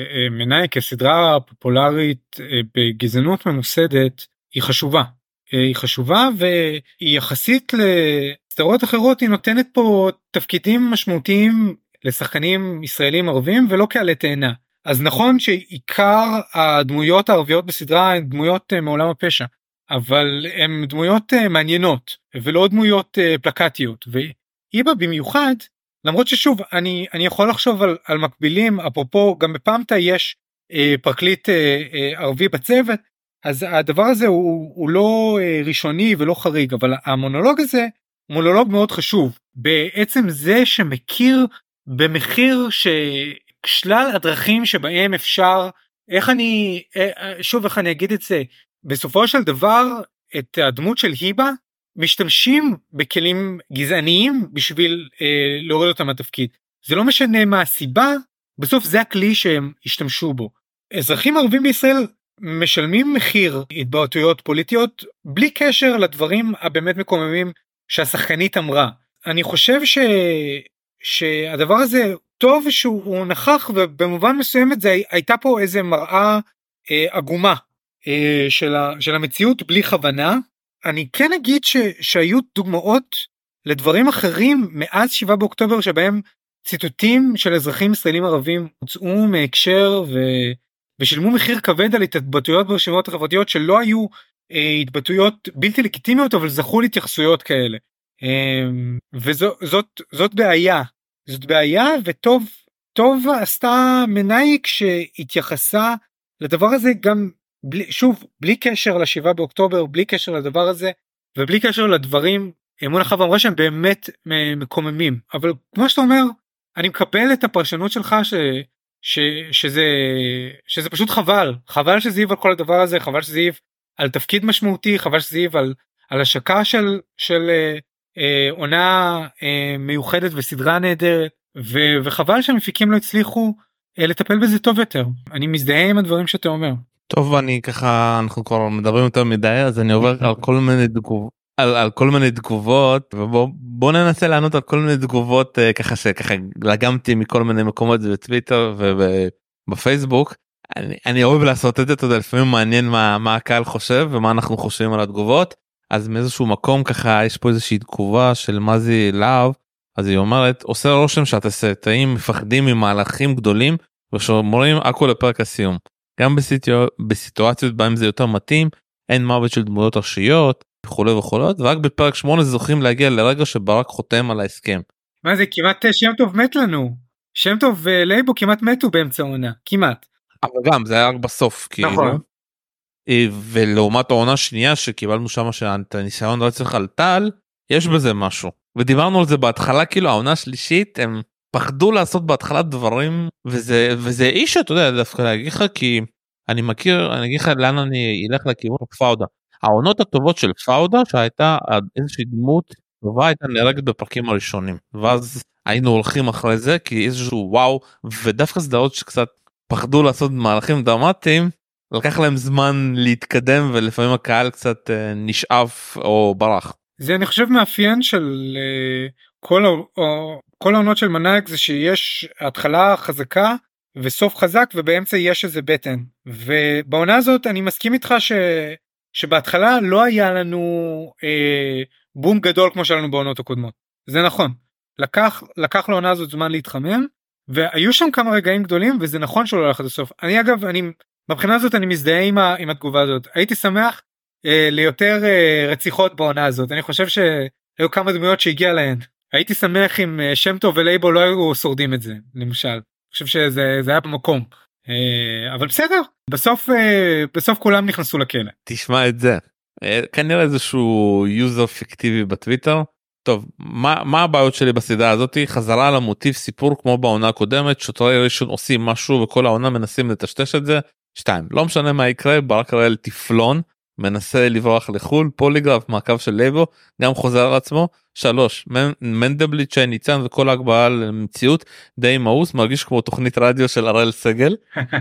מנאי כסדרה פופולרית בגזענות ממוסדת היא חשובה, היא חשובה והיא יחסית לסדרות אחרות, היא נותנת פה תפקידים משמעותיים לשחקנים ישראלים ערבים ולא כעלי תאנה. אז נכון שעיקר הדמויות הערביות בסדרה הן דמויות מעולם הפשע, אבל הן דמויות מעניינות ולא דמויות פלקטיות, ואיבה במיוחד, למרות ששוב אני אני יכול לחשוב על, על מקבילים, אפרופו גם בפמתה יש אה, פרקליט אה, אה, ערבי בצוות, אז הדבר הזה הוא, הוא לא אה, ראשוני ולא חריג, אבל המונולוג הזה הוא מונולוג מאוד חשוב, בעצם זה שמכיר במחיר ששלל הדרכים שבהם אפשר, איך אני, שוב איך אני אגיד את זה, בסופו של דבר את הדמות של היבה, משתמשים בכלים גזעניים בשביל אה, להוריד אותם מהתפקיד. זה לא משנה מה הסיבה, בסוף זה הכלי שהם השתמשו בו. אזרחים ערבים בישראל משלמים מחיר התבטאויות פוליטיות בלי קשר לדברים הבאמת מקוממים שהשחקנית אמרה. אני חושב ש... שהדבר הזה טוב שהוא נכח, ובמובן מסוים את זה הייתה פה איזה מראה אה, עגומה אה, של, ה... של המציאות בלי כוונה. אני כן אגיד ש... שהיו דוגמאות לדברים אחרים מאז שבעה באוקטובר שבהם ציטוטים של אזרחים ישראלים ערבים הוצאו מהקשר ו... ושילמו מחיר כבד על התבטאויות ברשתות החברתיות שלא היו אה, התבטאויות בלתי לגיטימיות, אבל זכו להתייחסויות כאלה. אה, וזאת זאת בעיה. זאת בעיה, וטוב טוב עשתה מנאייק שהתייחסה לדבר הזה גם, בלי, שוב, בלי קשר לשבעה באוקטובר, בלי קשר לדבר הזה, ובלי קשר לדברים, מונה חווה אמרה שהם באמת מקוממים. אבל כמו שאתה אומר, אני מקבל את הפרשנות שלך ש... ש, שזה, שזה פשוט חבל, חבל שזה יב על כל הדבר הזה, חבל שזה יב על תפקיד משמעותי, חבל שזה יב על, על השקה של, של אה, אה, עונה אה, מיוחדת וסדרה נהדרת, ו, וחבל שהמפיקים לא הצליחו אה, לטפל בזה טוב יותר. אני מזדהה עם הדברים שאתה אומר. טוב, אני ככה, אנחנו כבר מדברים יותר מדי, אז אני עובר על כל מיני תגובות. על, על כל מיני תגובות, ובוא בוא ננסה לענות על כל מיני תגובות uh, ככה שככה לגמתי מכל מיני מקומות בטוויטר ובפייסבוק. אני, אני אוהב לעשות את זה, אתה יודע, לפעמים מעניין מה, מה הקהל חושב ומה אנחנו חושבים על התגובות. אז מאיזשהו מקום ככה יש פה איזושהי תגובה של מזי להב, אז היא אומרת, עושה רושם שהתסריטאים מפחדים ממהלכים גדולים ושאומרים הכל לפרק הסיום. גם בסיטואציות, בסיטואציות בהם זה יותר מתאים, אין מוות של דמויות ראשיות וכולי וכולי, ורק בפרק שמונה זוכים להגיע לרגע שברק חותם על ההסכם. מה זה, כמעט שם טוב מת לנו. שם טוב ולייבו כמעט מתו באמצע העונה, כמעט. אבל גם זה היה רק בסוף, נכון. כאילו. ולעומת העונה השנייה שקיבלנו שם שהניסיון רצח על טל, יש בזה משהו. ודיברנו על זה בהתחלה, כאילו העונה השלישית הם פחדו לעשות בהתחלה דברים, וזה וזה איש אתה יודע דווקא להגיד לך, כי אני מכיר, אני אגיד לך לאן אני אלך לכיוון פאודה. העונות הטובות של פאודה שהייתה איזושהי דמות טובה הייתה נהרגת בפרקים הראשונים, ואז היינו הולכים אחרי זה כי איזשהו וואו, ודווקא סדרות שקצת פחדו לעשות מהלכים דרמטיים, לקח להם זמן להתקדם ולפעמים הקהל קצת אה, נשאף או ברח. זה אני חושב מאפיין של אה, כל, או, כל העונות של מנהיג, זה שיש התחלה חזקה וסוף חזק ובאמצע יש איזה בטן, ובעונה הזאת אני מסכים איתך ש... שבהתחלה לא היה לנו אה, בום גדול כמו שלנו בעונות הקודמות. זה נכון. לקח, לקח לעונה הזאת זמן להתחמם, והיו שם כמה רגעים גדולים, וזה נכון שלא הלך עד הסוף. אני אגב, אני, מבחינה הזאת אני מזדהה עם, ה, עם התגובה הזאת. הייתי שמח אה, ליותר אה, רציחות בעונה הזאת. אני חושב שהיו כמה דמויות שהגיע להן. הייתי שמח אם אה, שם טוב ולייבו לא היו שורדים את זה, למשל. אני חושב שזה זה היה במקום. אבל בסדר, בסוף בסוף כולם נכנסו לכלא. תשמע את זה, כנראה איזשהו יוזר פיקטיבי בטוויטר. טוב, מה מה הבעיות שלי בסדרה הזאת? חזרה על המוטיב סיפור כמו בעונה הקודמת, שוטרי ראשון עושים משהו וכל העונה מנסים לטשטש את זה. שתיים, לא משנה מה יקרה, ברק ראל תפלון, מנסה לברוח לחול, פוליגרף מעקב של לייבו גם חוזר על עצמו. שלוש, מנדלבליט, שי ניצן וכל ההגבהה למציאות די מאוס, מרגיש כמו תוכנית רדיו של הראל סגל.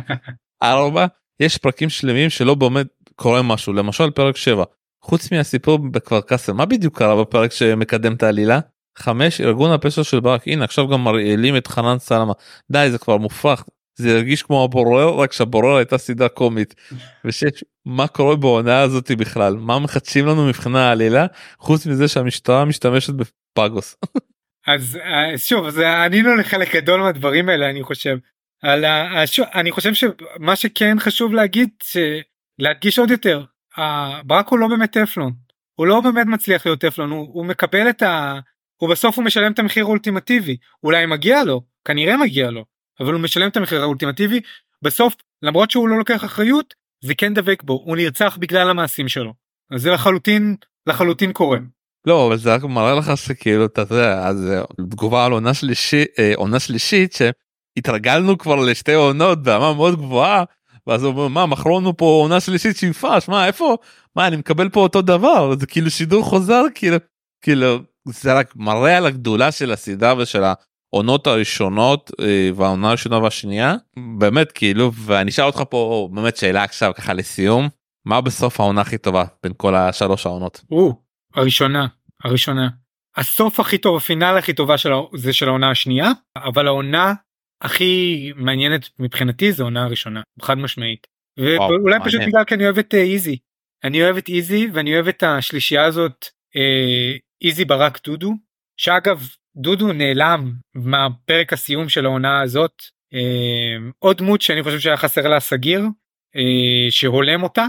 ארבע, יש פרקים שלמים שלא באמת קורה משהו, למשל פרק שבע, חוץ מהסיפור בכפר קאסם, מה בדיוק קרה בפרק שמקדם את העלילה? חמש, ארגון הפשע של ברק, הנה עכשיו גם מרעילים את חנן סלמה, די זה כבר מופרך, זה הרגיש כמו הבורר, רק שהבורר הייתה סדרה קומית. ושש, מה קורה בעונה הזאת בכלל? מה מחדשים לנו מבחינה העלילה, חוץ מזה שהמשטרה משתמשת בפאגוס? אז שוב, אז ענינו לחלק גדול מהדברים האלה, אני חושב. על ה... שוב, אני חושב שמה שכן חשוב להגיד, להדגיש עוד יותר, ברק הוא לא באמת טפלון, הוא לא באמת מצליח להיות טפלון, הוא, הוא מקבל את ה... הוא בסוף הוא משלם את המחיר האולטימטיבי, אולי מגיע לו, כנראה מגיע לו, אבל הוא משלם את המחיר האולטימטיבי, בסוף, למרות שהוא לא לוקח אחריות, זה כן דבק בו, הוא נרצח בגלל המעשים שלו, אז זה לחלוטין, לחלוטין קורה. לא, אבל זה רק מראה לך שכאילו, אתה יודע, אז תגובה על עונה שלישית, עונה שלישית, שהתרגלנו כבר לשתי עונות, בעמה מאוד גבוהה, ואז הוא אומר, מה, מכרונו פה עונה שלישית שימפש, מה, איפה, מה, אני מקבל פה אותו דבר, זה כאילו שידור חוזר, כאילו, כאילו, זה רק מראה על הגדולה של הסדרה ושל העונות הראשונות והעונה הראשונה והשנייה באמת כאילו, ואני אשאל אותך פה באמת שאלה עכשיו ככה לסיום, מה בסוף העונה הכי טובה בין כל השלוש העונות? או, הראשונה, הראשונה. הסוף הכי טוב, הפינל הכי טובה של, זה של העונה השנייה, אבל העונה הכי מעניינת מבחינתי זה העונה הראשונה, חד משמעית. ואולי פשוט בגלל כי אני אוהב את איזי. אני אוהב את איזי ואני אוהב את השלישייה הזאת, איזי ברק דודו, שאגב דודו נעלם מהפרק הסיום של העונה הזאת, עוד דמות שאני חושב שהיה חסר לה סגיר, שהולם אותה.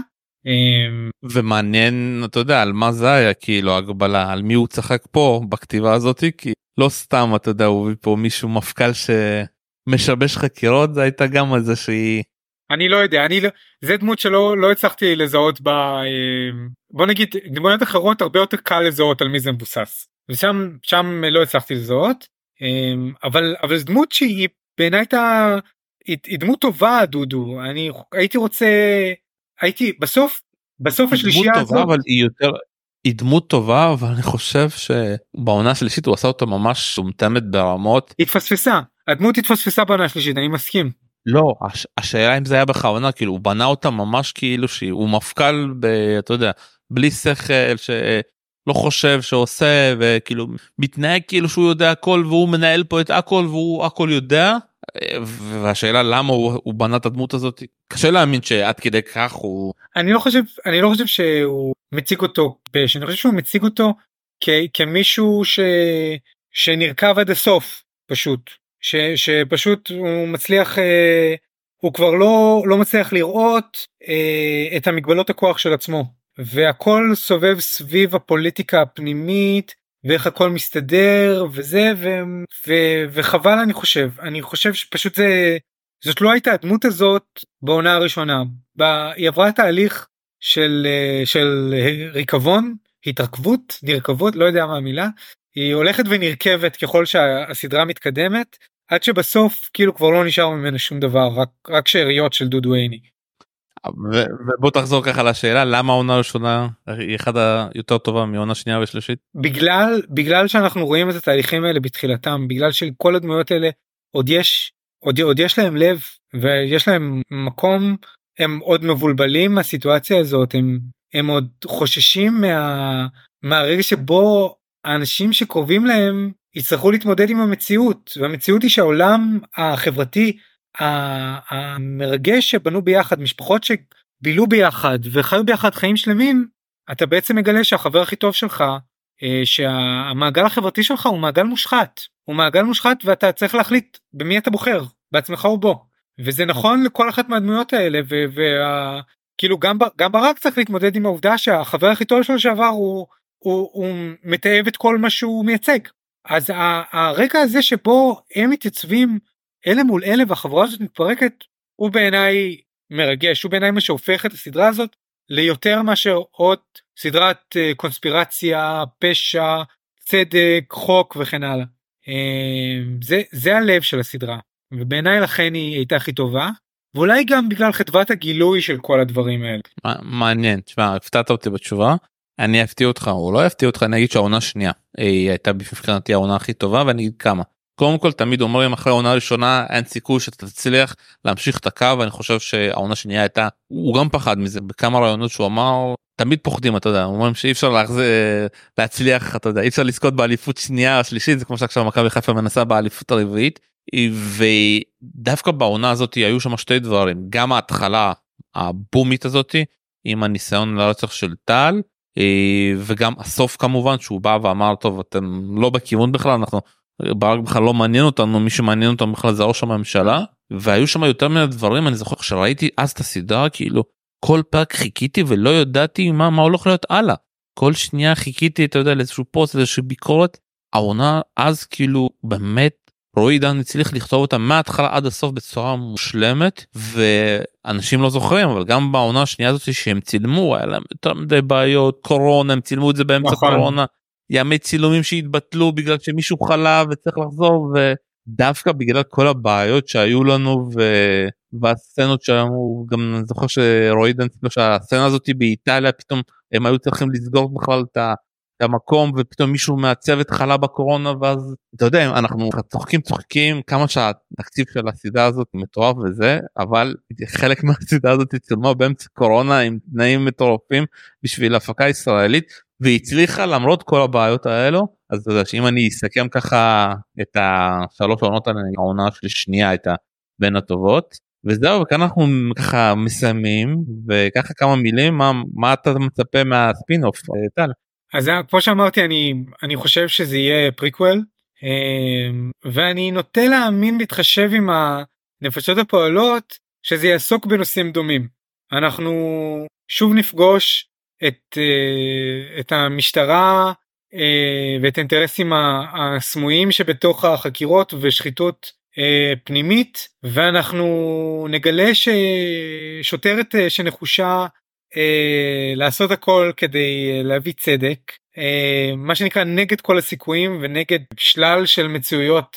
ומעניין אתה יודע על מה זה היה כאילו הגבלה, על מי הוא צחק פה בכתיבה הזאת, כי לא סתם אתה יודע הוא פה מישהו מפכ"ל שמשבש חקירות, זה הייתה גם על זה שהיא אני לא יודע, אני לא, זה דמות שלא לא הצלחתי לזהות בה, בוא נגיד דמויות אחרות הרבה יותר קל לזהות על מי זה מבוסס, ושם שם לא הצלחתי לזהות, אבל אבל זו דמות שהיא בעיניי הייתה היא, היא דמות טובה דודו, אני הייתי רוצה הייתי בסוף בסוף השלישייה הזאת, אבל היא יותר היא דמות טובה, אבל אני חושב שבעונה השלישית הוא עשה אותה ממש סומטמת ברמות, התפספסה, הדמות התפספסה בעונה השלישית, אני מסכים. לא, הש, השאלה אם זה היה בכוונה, כאילו הוא בנה אותה ממש כאילו שהוא מפכ"ל, ב, אתה יודע, בלי שכל, שלא חושב שעושה, וכאילו מתנהג כאילו שהוא יודע הכל, והוא מנהל פה את הכל, והוא הכל יודע, והשאלה למה הוא, הוא בנה את הדמות הזאת, קשה להאמין שעד כדי כך הוא... אני לא חושב, אני לא חושב שהוא מציג אותו פש, אני חושב שהוא מציג אותו כ, כמישהו ש, שנרכב עד הסוף, פשוט. ש, שפשוט הוא מצליח, אה, הוא כבר לא, לא מצליח לראות אה, את המגבלות הכוח של עצמו, והכל סובב סביב הפוליטיקה הפנימית, ואיך הכל מסתדר, וזה, ו, ו, וחבל אני חושב, אני חושב שפשוט זה, זאת לא הייתה הדמות הזאת בעונה הראשונה, בה, היא עברה תהליך של, של ריקבון, התרכבות, נרכבות, לא יודע מה המילה, היא הולכת ונרכבת ככל שהסדרה מתקדמת, עד שבסוף כאילו כבר לא נשאר ממנה שום דבר, רק, רק שאריות של דודו עיני. ובוא תחזור ככה לשאלה, למה העונה הראשונה היא אחד היותר טובה מעונה שנייה ושלישית? בגלל, בגלל שאנחנו רואים את התהליכים האלה בתחילתם, בגלל שכל הדמויות האלה עוד יש, עוד, עוד יש להם לב, ויש להם מקום, הם עוד מבולבלים מהסיטואציה הזאת, הם, הם עוד חוששים מה, מהרגע שבו האנשים שקרובים להם יצטרכו להתמודד עם המציאות, והמציאות היא שהעולם החברתי המרגש שבנו ביחד, משפחות שבילו ביחד וחיו ביחד חיים שלמים, אתה בעצם מגלה שהחבר הכי טוב שלך, שהמעגל החברתי שלך הוא מעגל מושחת, הוא מעגל מושחת ואתה צריך להחליט במי אתה בוחר, בעצמך או בו, וזה נכון לכל אחת מהדמויות האלה, וכאילו גם, גם ברק צריך להתמודד עם העובדה שהחבר הכי טוב שלו שעבר הוא, הוא, הוא מתאהב את כל מה שהוא מייצג, אז הרגע הזה שבו הם מתייצבים אלה מול אלה והחברה הזאת מתפרקת, הוא בעיניי מרגש, הוא בעיניי מה שהופך את הסדרה הזאת ליותר מאשר עוד סדרת קונספירציה, פשע, צדק, חוק וכן הלאה. זה, זה הלב של הסדרה, ובעיניי לכן היא הייתה הכי טובה, ואולי גם בגלל חדוות הגילוי של כל הדברים האלה. מעניין, תשמע, הפתעת אותי בתשובה, אני אפתיע אותך, או לא אפתיע אותך, אני אגיד שהעונה שנייה, היא הייתה בפקרנתי העונה הכי טובה, ואני אגיד כמה. קודם כל תמיד אומרים אחרי העונה הראשונה אין סיכוי שאתה תצליח להמשיך את הקו, ואני חושב שהעונה שנייה הייתה, הוא גם פחד מזה בכמה רעיונות שהוא אמר, תמיד פוחדים אתה יודע, אומרים שאי אפשר להחזיר, להצליח אתה יודע, אי אפשר לזכות באליפות שנייה השלישית, זה כמו שעכשיו מכבי חיפה מנסה באליפות הרביעית, ודווקא בעונה הזאת היו שם שתי דברים, גם ההתחלה הבומית הזאת עם הניסיון לרצח של טל, וגם הסוף כמובן שהוא בא ואמר טוב אתם לא בכיוון בכלל, אנחנו ברק בכלל לא מעניין אותנו, מי שמעניין אותנו בכלל זה ראש הממשלה, והיו שם יותר מן הדברים, אני זוכר שראיתי אז את הסדרה, כאילו כל פרק חיכיתי ולא ידעתי מה, מה הולך להיות הלאה, כל שנייה חיכיתי, אתה יודע, לאיזשהו פוסט, איזושהי ביקורת, העונה אז כאילו באמת, רועי עידן הצליח לכתוב אותה מההתחלה עד הסוף בצורה מושלמת, ואנשים לא זוכרים, אבל גם בעונה השנייה הזאת שהם צילמו, היה להם יותר מדי בעיות, קורונה, הם צילמו את זה באמצע נכון. קורונה, ימי צילומים שהתבטלו בגלל שמישהו חלה וצריך לחזור, ודווקא בגלל כל הבעיות שהיו לנו ו... והסצנות שהיו, גם אני זוכר שרועי עידן סיפר שהסצנה הזאת באיטליה פתאום הם היו צריכים לסגור בכלל את המקום ופתאום מישהו מהצוות חלה בקורונה, ואז אתה יודע אנחנו צוחקים צוחקים כמה שהתקציב של הסדרה הזאת מטורף וזה, אבל חלק מהסדרה הזאת צולמה באמצע קורונה עם תנאים מטורפים בשביל הפקה ישראלית, והיא הצליחה למרות כל הבעיות האלו. אז אתה יודע שאם אני אסכם ככה את השלוש עונות, העונה של שנייה הייתה בין הטובות, וזהו, וכאן אנחנו ככה מסיימים, וככה כמה מילים, מה, מה אתה מצפה מהספין-אוף, טל? אז כמו שאמרתי, אני, אני חושב שזה יהיה פריקוול, ואני נוטה להאמין להתחשב עם הנפשות הפועלות, שזה יעסוק בנושאים דומים. אנחנו שוב נפגוש את, את המשטרה, ואת האינטרסים הסמויים שבתוך החקירות ושחיתות פנימית, ואנחנו נגלה ששוטרת שנחושה לעשות הכל כדי להביא צדק, מה שנקרא נגד כל הסיכויים ונגד שלל של מצויות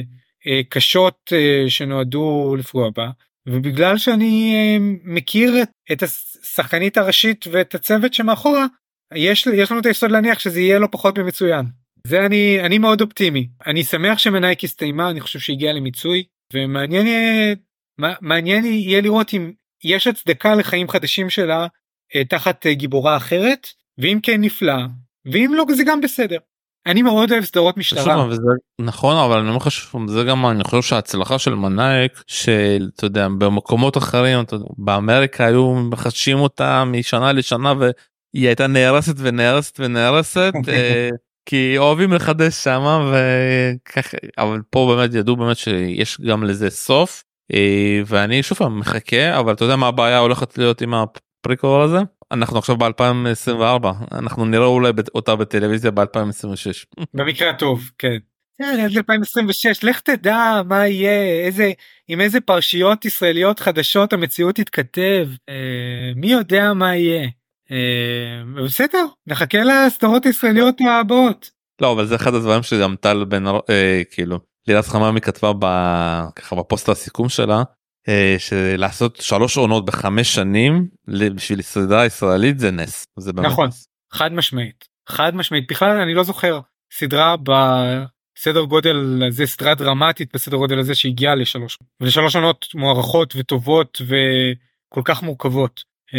קשות שנועדו לפגוע בה. ובגלל שאני מכיר את השחקנית הראשית ואת הצוות שמאחורה, יש, יש לנו את היסוד להניח שזה יהיה לא פחות ממצוין. זה אני, אני מאוד אופטימי. אני שמח שמנייק הסתיימה, אני חושב שהגיעה למיצוי, ומעניין יהיה, מעניין יהיה לראות אם יש הצדקה לחיים חדשים שלה תחת גיבורה אחרת, ואם כן נפלא, ואם לא זה גם בסדר. אני מאוד אוהב סדרות משטרה. וזה, נכון, אבל אני אומר לך שזה גם, אני חושב שההצלחה של מנייק, של, אתה יודע, במקומות אחרים, אתה יודע, באמריקה היו מחדשים אותה משנה לשנה, והיא הייתה נהרסת ונהרסת ונהרסת, כי אוהבים לחדש שמה, וכך, אבל פה באמת ידעו באמת שיש גם לזה סוף, ואני שוב פעם מחכה, אבל אתה יודע מה הבעיה הולכת להיות עם הפריקוול הזה? אנחנו עכשיו ב-אלפיים עשרים וארבע, אנחנו נראה אולי אותה בטלוויזיה ב-אלפיים עשרים ושש. במקרה הטוב, כן. עד אלפיים עשרים ושש, לך תדע מה יהיה, איזה, עם איזה פרשיות ישראליות חדשות המציאות תתכתב, אה, מי יודע מה יהיה. אה, בסדר, נחכה לסדרות הישראליות הבאות. לא, אבל זה אחד הדברים שגם טל בן, אה, כאילו, לילת חממי כתבה ב, ככה בפוסט הסיכום שלה, שלעשות שלוש עונות בחמש שנים בשביל סדרה ישראלית זה נס. זה נכון, נס. חד משמעית, חד משמעית. בכלל אני לא זוכר סדרה בסדר גודל הזה, סדרה דרמטית בסדר גודל הזה שהגיעה לשלוש, ולשלוש עונות מוערכות וטובות וכל כך מורכבות.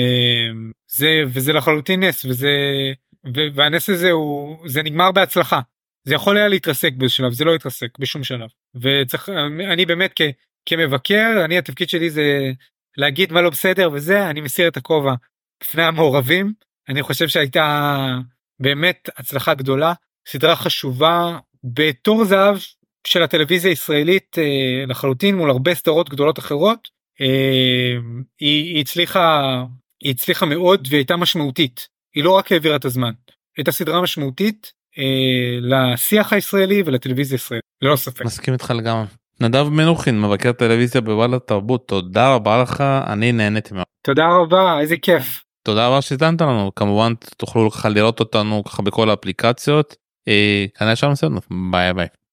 זה, וזה לחלוטין נס, וזה, והנס הזה הוא, זה נגמר בהצלחה. זה יכול היה להתרסק בשלב, זה לא התרסק בשום שלב. וצריך, אני באמת כ... כמבקר, אני התפקיד שלי זה להגיד מה לא בסדר וזה, אני מסיר את הכובע בפני המעורבים. אני חושב שהייתה באמת הצלחה גדולה, סדרה חשובה בתור זהב של הטלוויזיה הישראלית אה, לחלוטין מול הרבה סדרות גדולות אחרות. אה, היא, היא הצליחה, היא הצליחה מאוד והיא הייתה משמעותית. היא לא רק העבירה את הזמן, הייתה סדרה משמעותית אה, לשיח הישראלי ולטלוויזיה הישראלית, ללא ספק. מסכים איתך לגמרי. נדב מנוחין, מבקר טלוויזיה בוואלה תרבות, תודה רבה לך, אני נהניתי מאוד. תודה רבה, איזה כיף. תודה רבה שהזמנת לנו, כמובן תוכלו לראות אותנו ככה בכל האפליקציות. אה, אני שם בסדר, ביי ביי.